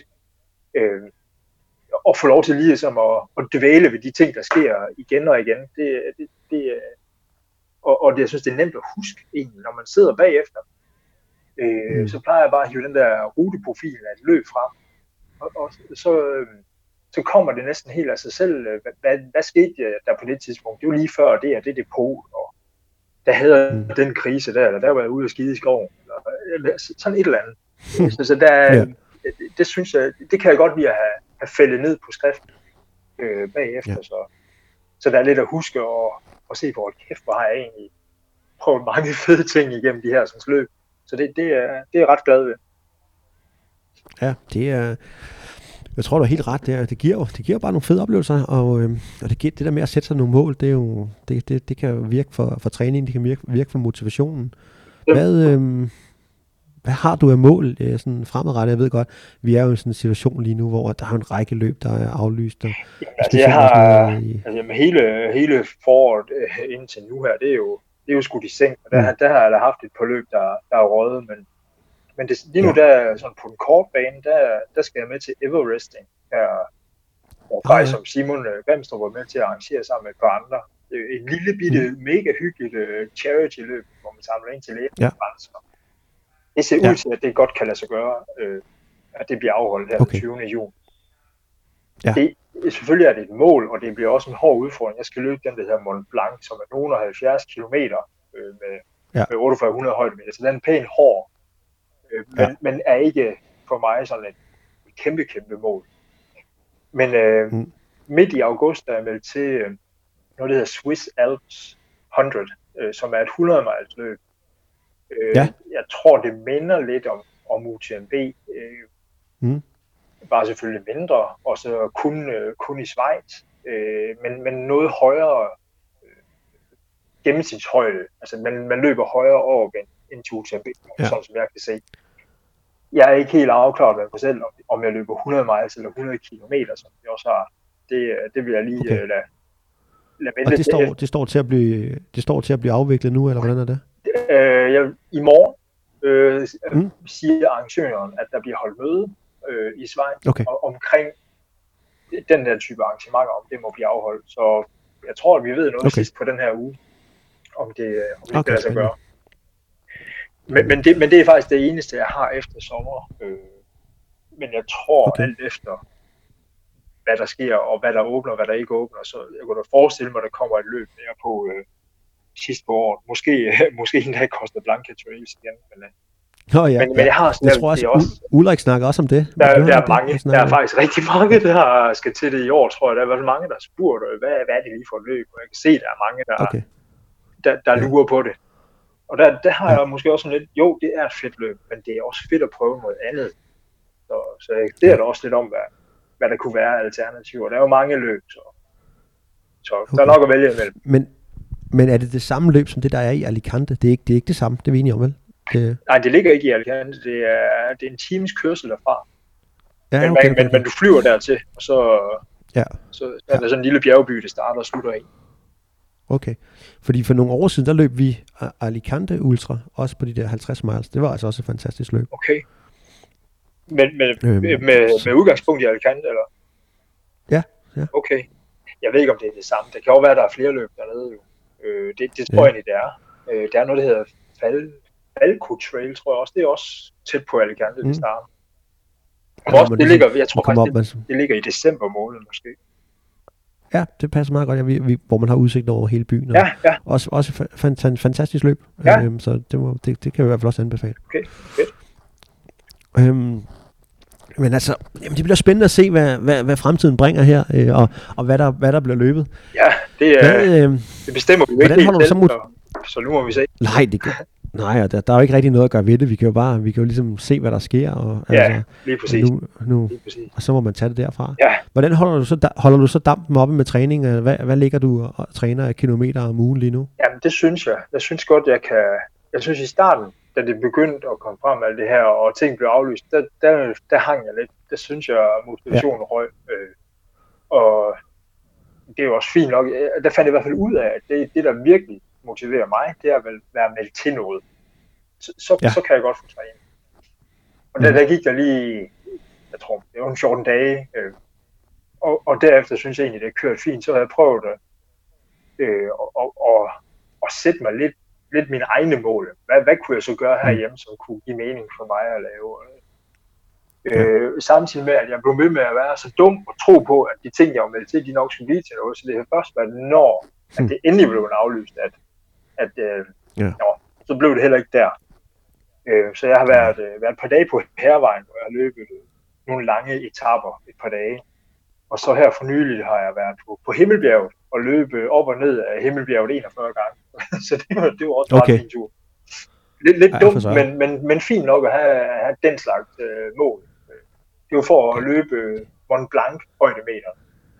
Speaker 2: Og få lov til lige som at dvæle ved de ting, der sker igen og igen. Og jeg synes, det er nemt at huske egentlig, når man sidder bagefter. Så plejer jeg bare at hive den der ruteprofil af et løb frem. Og så kommer det næsten helt af sig selv. Hvad skete der på det tidspunkt? Det var lige før det er depot, og der havde den krise der var jeg ude og skide i skoven, eller sådan et eller andet. Så det synes jeg, det kan jeg godt lide at have fældet ned på skriften bagefter. Så der er lidt at huske og se på, kæft, hvor har jeg egentlig prøvet mange fede ting igennem de her sådan løb. Så det er jeg ret glad ved.
Speaker 1: Ja, det er... Jeg tror, du er helt ret der. Det giver bare nogle fede oplevelser, og det der med at sætte sig nogle mål, det er jo det kan virke for træningen, det kan virke for motivationen. Hvad har du af mål sådan fremadrettet? Jeg ved godt, vi er jo i sådan en situation lige nu, hvor der er en række løb, der er aflyst. Og
Speaker 2: hele foråret indtil nu her, det er jo skudt i seng. Og der har jeg haft et par løb, der er røget, men lige nu der sådan på den korte bane, der skal jeg med til Everesting her, hvor som Simon Grimstrup var med til at arrangere sammen med et par andre. En lille bitte, mega hyggeligt charity-løb, hvor man samler ind til lægegrænser. Det ser ud til, at det godt kan lade sig gøre, at det bliver afholdt her den 20. juni. Ja. Selvfølgelig er det et mål, og det bliver også en hård udfordring. Jeg skal løbe den, der hedder Mont Blanc, som er nogle 70 kilometer med 4800 højdemeter, så den er en pæn hård. Men er ikke for mig sådan et kæmpe mål. Men midt i august er jeg meldt til noget, der hedder Swiss Alps 100, som er et 100 miles løb. Jeg tror, det minder lidt om UTMB. Bare selvfølgelig mindre, og så kun i Schweiz. Men noget højere gennemsnitshøjde. Altså man løber højere over end til UTMB, sådan som jeg kan se. Jeg er ikke helt afklaret med mig selv, om jeg løber 100 miles eller 100 kilometer, som jeg også har. Det vil jeg lige lade vente.
Speaker 1: Og det står til at blive afviklet nu, eller hvordan er det?
Speaker 2: I morgen siger arrangøren, at der bliver holdt møde i Schweiz omkring den der type arrangementer, om det må blive afholdt. Så jeg tror, at vi ved noget sidst på den her uge, om det kan lade sig gøre. Men det er faktisk det eneste, jeg har efter sommer. Men jeg tror alt efter, hvad der sker, og hvad der åbner, og hvad der ikke åbner. Så jeg kunne da forestille mig, at der kommer et løb mere på sidst på året. Måske endda Costa Blanca Trails igen. Men jeg har sådan,
Speaker 1: jeg tror også, Ulrik snakker også om det.
Speaker 2: Der er faktisk rigtig mange, der skal til det i år, tror jeg. Der er i hvert fald mange, der har spurgt, hvad er det lige for et løb? Og jeg kan se, der er mange, der lurer på det. Og der har jeg måske også sådan lidt, jo, det er et fedt løb, men det er også fedt at prøve noget andet. Så det er der også lidt om, hvad der kunne være alternativer. Der er jo mange løb, så der er nok at vælge imellem.
Speaker 1: Men er det det samme løb, som det, der er i Alicante? Det er ikke det samme, det er vi enige om, vel?
Speaker 2: Nej, det ligger ikke i Alicante. Det er en times kørsel derfra.
Speaker 1: Ja,
Speaker 2: men du flyver dertil, og så er der sådan en lille bjergby, det starter og slutter i.
Speaker 1: Okay. Fordi for nogle år siden, der løb vi Alicante Ultra, også på de der 50 miles. Det var altså også et fantastisk løb.
Speaker 2: Okay. Med udgangspunkt i Alicante, eller?
Speaker 1: Ja.
Speaker 2: Okay. Jeg ved ikke, om det er det samme. Det kan jo være, at der er flere løb dernede. Jo. Det tror jeg egentlig, det er. Der er noget, der hedder Falco Trail, tror jeg også. Det er også tæt på Alicante, det starter. Det ligger, jeg tror faktisk, det ligger i december måned, måske.
Speaker 1: Ja, det passer meget godt, hvor man har udsigt over hele byen.
Speaker 2: Ja.
Speaker 1: Også et fantastisk løb, så det kan jeg i hvert fald også anbefale.
Speaker 2: Okay, fedt.
Speaker 1: Men altså, det bliver spændende at se, hvad fremtiden bringer her, og hvad der bliver løbet.
Speaker 2: Ja, det bestemmer vi jo ikke helt selv, så nu må vi se.
Speaker 1: Nej, der er jo ikke rigtig noget at gøre ved det. Vi kan jo ligesom se, hvad der sker. Og,
Speaker 2: lige præcis.
Speaker 1: Lige præcis. Og så må man tage det derfra.
Speaker 2: Ja.
Speaker 1: Hvordan holder du så dampen oppe med træning? Hvad ligger du og træner kilometer om ugen lige nu?
Speaker 2: Jamen, det synes jeg. Jeg synes godt, jeg synes i starten, da det begyndte at komme frem alt det her, og ting blev aflyst, der hang jeg lidt. Det synes jeg, motivationen røg. Og det er jo også fint nok. Der fandt jeg i hvert fald ud af, at det der virkelig motiverer mig, det er at være meldt til noget. Så kan jeg godt få træning. Og der gik der lige, jeg tror, det var 14 dage, og derefter synes jeg egentlig, det kørte fint. Så havde jeg prøvet at sætte mig lidt mine egne mål. Hvad kunne jeg så gøre herhjemme, som kunne give mening for mig at lave? Samtidig med, at jeg blev med at være så dum og tro på, at de ting, jeg var meldt til, de nok skulle blive til noget. Så det havde først været, når at det endelig blev aflyst, så blev det heller ikke der. Så jeg har været et par dage på Hervejen, hvor jeg har løbet nogle lange etaper et par dage. Og så her for nylig har jeg været på Himmelbjerget og løbet op og ned af Himmelbjerget 41 gange. Så det var også en ret fin tur. Lidt dumt, men fint nok at have den slags mål. Det var for at løbe Mont Blanc højdemeter.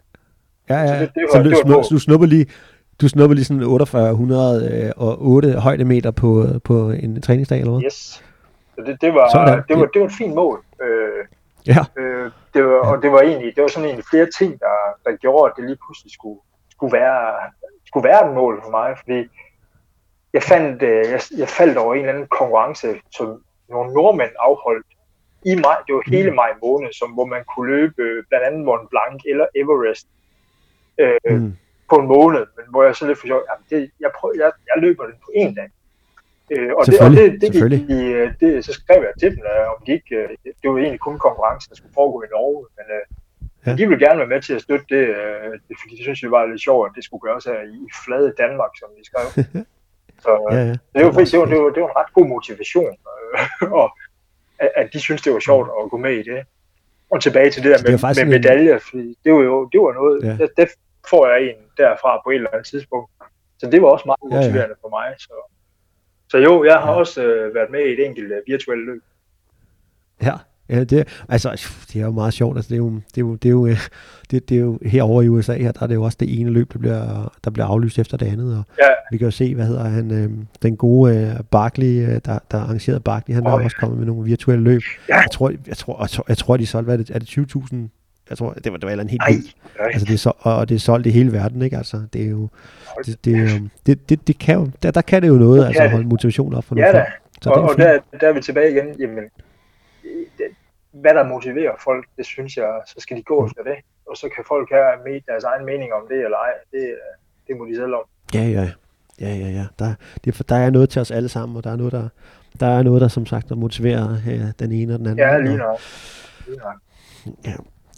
Speaker 1: Så du snupper lige sådan 4808 højdemeter på en træningsdag, eller hvad?
Speaker 2: Yes. Så det var et fint mål. Det var sådan egentlig flere ting, der gjorde, at det lige pludselig skulle være et mål for mig, fordi jeg faldt over en eller anden konkurrence, som nogle nordmænd afholdt i maj. Det var hele maj måned, hvor man kunne løbe blandt andet Mont Blanc eller Everest på en måned, men hvor jeg så lidt for sjov, jeg løber den på en dag. Så skrev jeg til dem, om de ikke, det var egentlig kun konkurrencen, der skulle foregå i Norge, men de ville gerne være med til at støtte det, fordi de synes, det var lidt sjovt, at det skulle gøres her i flade Danmark, som de skrev. Så det var en ret god motivation, og at de synes, det var sjovt at gå med i det. Og tilbage til det der med medaljer, fordi det var noget, det får jeg en derfra på et eller andet tidspunkt. Så det var også meget motiverende for mig. Så jo, jeg har også været med i et enkelt virtuelt løb.
Speaker 1: Ja, det er jo meget sjovt. Altså, det er jo herovre i USA her, der er det jo også det ene løb, der bliver aflyst efter det andet. Og vi kan jo se, hvad hedder han, den gode Barkley, der arrangerede Barkley, han er også kommet med nogle virtuelle løb. Ja. Jeg tror de solgte, hvad er det 20.000 Jeg tror, det var et eller andet helt
Speaker 2: Nej,
Speaker 1: vildt. Altså, det er solgt i hele verden, ikke? Altså, det er jo... Det kan jo... Der kan det jo noget, altså at holde motivation op for nogle folk.
Speaker 2: Så og der er vi tilbage igen. Jamen, hvad der motiverer folk, det synes jeg, så skal de gå efter det. Og så kan folk have med deres egen mening om det eller ej. Det må de selv om.
Speaker 1: Ja. Der er noget til os alle sammen, og der er noget, der som sagt, der motiverer den ene og den anden.
Speaker 2: Ja, lige nok.
Speaker 1: Ja.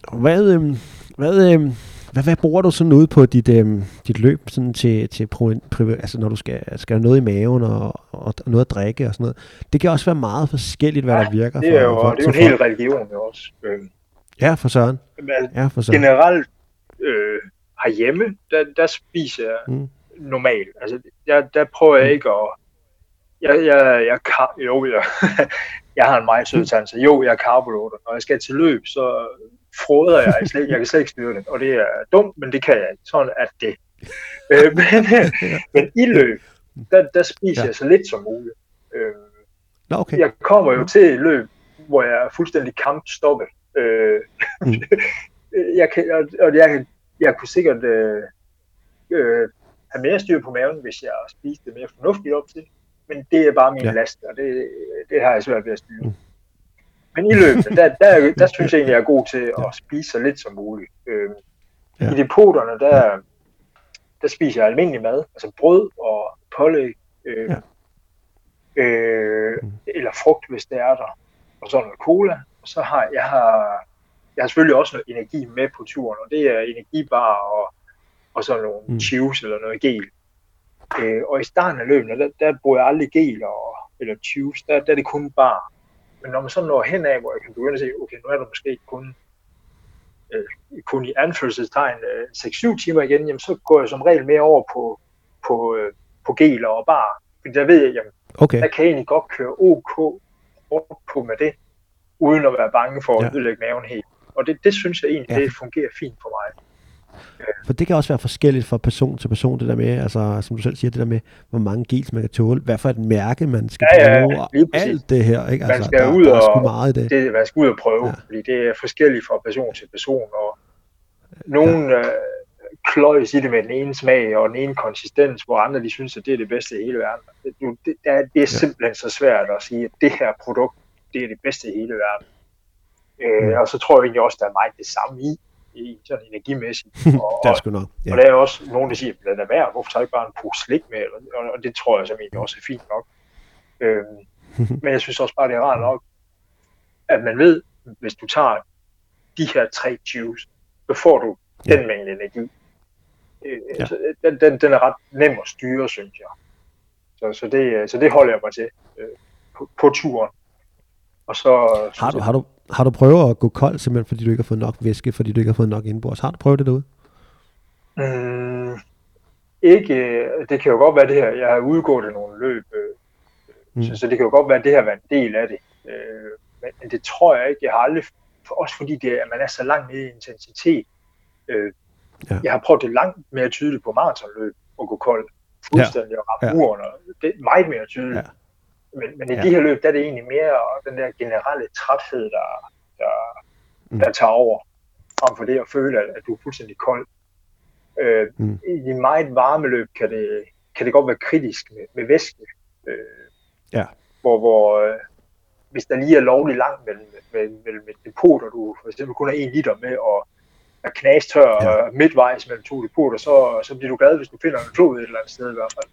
Speaker 1: Hvad bruger du sådan ud på dit løb sådan til altså når du skal have noget i maven og noget at drikke og sådan noget? Det kan også være meget forskelligt, hvad der virker.
Speaker 2: Det er jo en hel religion jo også.
Speaker 1: Ja, for søren.
Speaker 2: Generelt herhjemme, der spiser jeg normalt. Altså, der prøver jeg ikke at... Jeg har en meget sød tand, så jo, jeg er karboloter. Når jeg skal til løb, så fråder jeg. Jeg kan slet ikke styre det. Og det er dumt, men det kan jeg ikke. Sådan er det. Men i løb, der spiser jeg så lidt som muligt.
Speaker 1: Okay.
Speaker 2: Jeg kommer jo til et løb, hvor jeg er fuldstændig kampstoppet. Jeg kunne sikkert have mere styr på maven, hvis jeg spiste det mere fornuftigt op til. Men det er bare min last, og det har jeg svært ved at styre. Men i løbet, der synes jeg egentlig, jeg er god til at spise så lidt som muligt. I depoterne, der spiser jeg almindelig mad, altså brød og pålæg, eller frugt, hvis det er der, og så noget cola. Og så har jeg har selvfølgelig også noget energi med på turen, og det er energibar og så nogle chews eller noget gel. Og i starten af løbene, der bruger jeg aldrig gel eller chews, der er det kun bar. Men når man så når hen af, hvor jeg kan begynde at sige, okay, nu er der måske kun i anførselstegn 6-7 timer igen, jamen, så går jeg som regel mere over på gel og bar. Fordi der ved jeg, jamen, der kan jeg egentlig godt køre OK på med det, uden at være bange for at ødelægge maven helt. Og det synes jeg egentlig, det fungerer fint for mig.
Speaker 1: For det kan også være forskelligt fra person til person, det der med, altså som du selv siger, det der med, hvor mange gels man kan tåle, hvad for et mærke man skal bruge, og alt det her, ikke? Altså,
Speaker 2: man skal ud og
Speaker 1: sgu meget i det.
Speaker 2: Man skal ud og prøve, fordi det er forskelligt fra person til person, og nogle kløjes i det med den ene smag og den ene konsistens, hvor andre de synes, at det er det bedste i hele verden. Det er simpelthen så svært at sige, at det her produkt, det er det bedste i hele verden. Og så tror jeg egentlig også, der er meget det samme i sådan energimæssigt. Og der er også nogen, der siger, at det er værd, hvorfor tager jeg ikke bare en pose slik med? Og det tror jeg simpelthen også er fint nok. Men jeg synes også bare, det er rart nok, at man ved, hvis du tager de her 3 chews, så får du den mængde energi. Den er ret nem at styre, synes jeg. Så det holder jeg mig til på turen. Og så
Speaker 1: har du prøvet at gå kold, simpelthen fordi du ikke har fået nok væske, fordi du ikke har fået nok indbords? Har du prøvet det derude?
Speaker 2: Ikke. Det kan jo godt være det her. Jeg har udgået i nogle løb, så det kan jo godt være, at det her var en del af det. Men det tror jeg ikke. Jeg har aldrig, også fordi at man er så langt nede i intensitet. Jeg har prøvet det langt mere tydeligt på maratonløb at gå kold. Fuldstændig og ramme muren. Det er meget mere tydeligt. Men i de her løb, der er det egentlig mere den der generelle træthed, der tager over, frem for det at føle, at du er fuldstændig kold. I de meget varme løb kan det godt være kritisk med væske. Hvor hvis der lige er lovligt langt mellem et depot, og du for eksempel kun har 1 liter med, og er knastør midtvejs mellem 2 depoter, så bliver du glad, hvis du finder en flod et eller andet sted i hvert fald.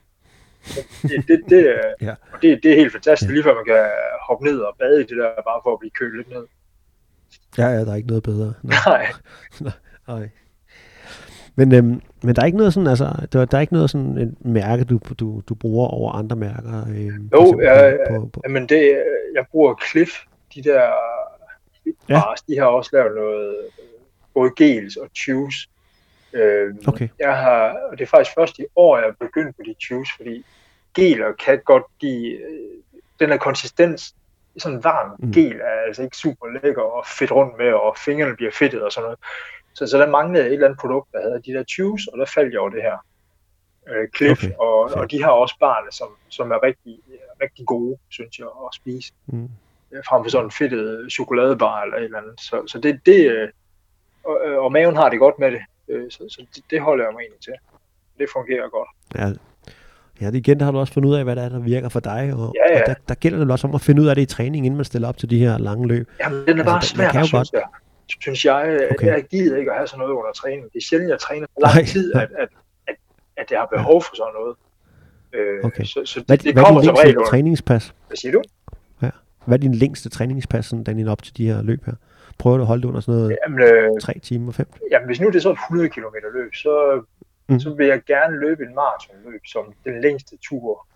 Speaker 2: Det er helt fantastisk, lige før man kan hoppe ned og bade i det der, bare for at blive kølet lidt ned.
Speaker 1: Ja, der er ikke noget bedre.
Speaker 2: Nej.
Speaker 1: Men der er ikke noget sådan, altså, der er ikke noget sådan et mærke, du bruger over andre mærker?
Speaker 2: Men jeg bruger Cliff, de der bars, de har også lavet noget, både gels og chews. Og det er faktisk først i år, jeg er begyndt på de chews, fordi geler kan godt give den her konsistens. Sådan en varm gel er altså ikke super lækker og fedt rundt med, og fingrene bliver fedtet og sådan noget. Så der manglede et eller andet produkt, der havde de der chews, og der faldt jeg over det her Cliff, og de har også barne, som er rigtig, rigtig gode, synes jeg, at spise. Frem for sådan en fedtet chokoladebar eller et eller andet. Så det og maven har det godt med det. Så det holder jeg mig egentlig til. Det fungerer godt.
Speaker 1: Ja, det igen, der har du også fundet ud af, hvad der virker for dig, og der gælder det også om at finde ud af det i træning, inden man stiller op til de her lange løb.
Speaker 2: Jamen, den er bare svært, synes jeg. Okay. Jeg gider ikke at have sådan noget under træning. Det er sjældent, jeg træner så lang tid, at jeg har behov for sådan noget.
Speaker 1: Okay.
Speaker 2: Så
Speaker 1: det kommer som regel. Træningspas?
Speaker 2: Hvad siger du?
Speaker 1: Ja. Hvad er din længste træningspas, Daniel, op til de her løb her? Prøver du at holde det under sådan noget 3 timer, 5?
Speaker 2: Jamen, hvis nu det er så et 100 km løb, så vil jeg gerne løbe en maratonløb som den længste tur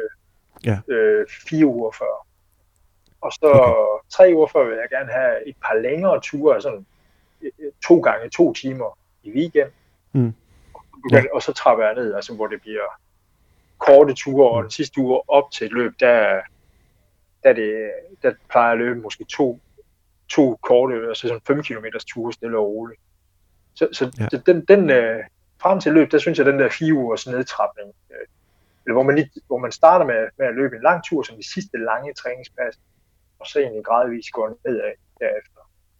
Speaker 2: 4 uger før. Og så 3 uger før vil jeg gerne have et par længere ture, sådan 2 gange 2 timer i weekend. Og så trapper jeg ned, altså hvor det bliver korte ture, og den sidste uge op til et løb, der plejer jeg at løbe måske to korte, altså sådan 5 km ture stille og roligt. Så den frem til løb, der synes jeg, den der 4 ugers nedtrapning, hvor man starter med at løbe en lang tur, som de sidste lange træningspas, og så egentlig gradvist går nedad derefter.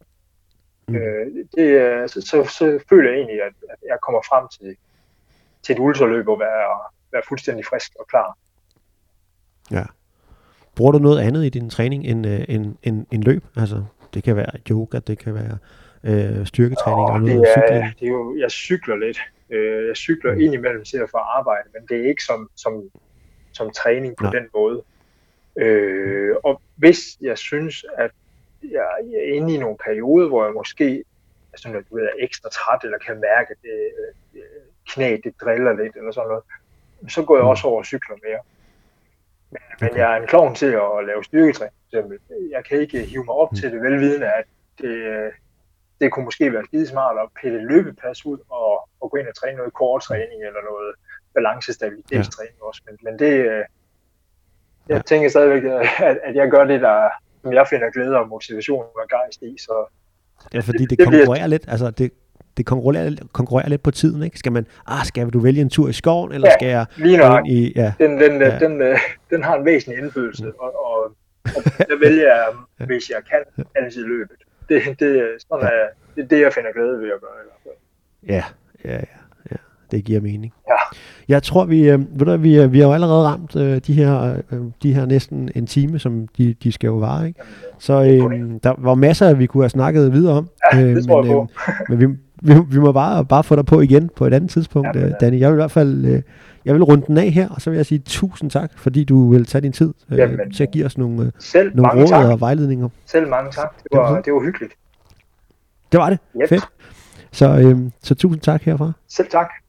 Speaker 2: Så føler jeg egentlig, at jeg kommer frem til et ultraløb og være fuldstændig frisk og klar.
Speaker 1: Ja. Bruger du noget andet i din træning end løb? Altså, det kan være yoga, det kan være styrketræning eller noget cykling?
Speaker 2: Det er jo, jeg cykler lidt. Jeg cykler indimellem til at få arbejde, men det er ikke som træning på den måde. Og hvis jeg synes, at jeg er inde i nogle perioder, hvor jeg måske er ekstra træt, eller kan mærke, at knæet det driller lidt, eller sådan noget, så går jeg også over og cykler mere. Men jeg er en klovn til at lave styrketræning. Jeg kan ikke hive mig op til det velvidende, at det kunne måske være skide smart at pille løbepas ud og gå ind og træne noget core-træning eller noget balance-stabilitetstræning også. Men det, jeg tænker stadigvæk, at jeg gør det, som jeg finder glæde og motivation og gejst i. Så
Speaker 1: det er fordi, det konkurrerer lidt, altså det konkurrerer lidt på tiden, ikke? Skal du vælge en tur i skoven, eller skal jeg
Speaker 2: ind i... Den har en væsentlig indflydelse, og der vælger jeg, hvis jeg kan, altid løbet. Det er det, jeg finder glæde ved at gøre i hvert fald.
Speaker 1: Ja. Det giver mening.
Speaker 2: Ja.
Speaker 1: Jeg tror, vi har jo allerede ramt de her næsten en time, som de skal jo vare, ikke? Så der var masser, vi kunne have snakket videre om.
Speaker 2: Ja, det tror jeg på.
Speaker 1: Men vi må bare få dig på igen på et andet tidspunkt, Danny. Jeg vil i hvert fald runde den af her, og så vil jeg sige tusind tak, fordi du vil tage din tid til at give os nogle råd og vejledninger.
Speaker 2: Selv mange tak. Det var hyggeligt.
Speaker 1: Det var det. Yep. Fedt. Så tusind tak herfra.
Speaker 2: Selv tak.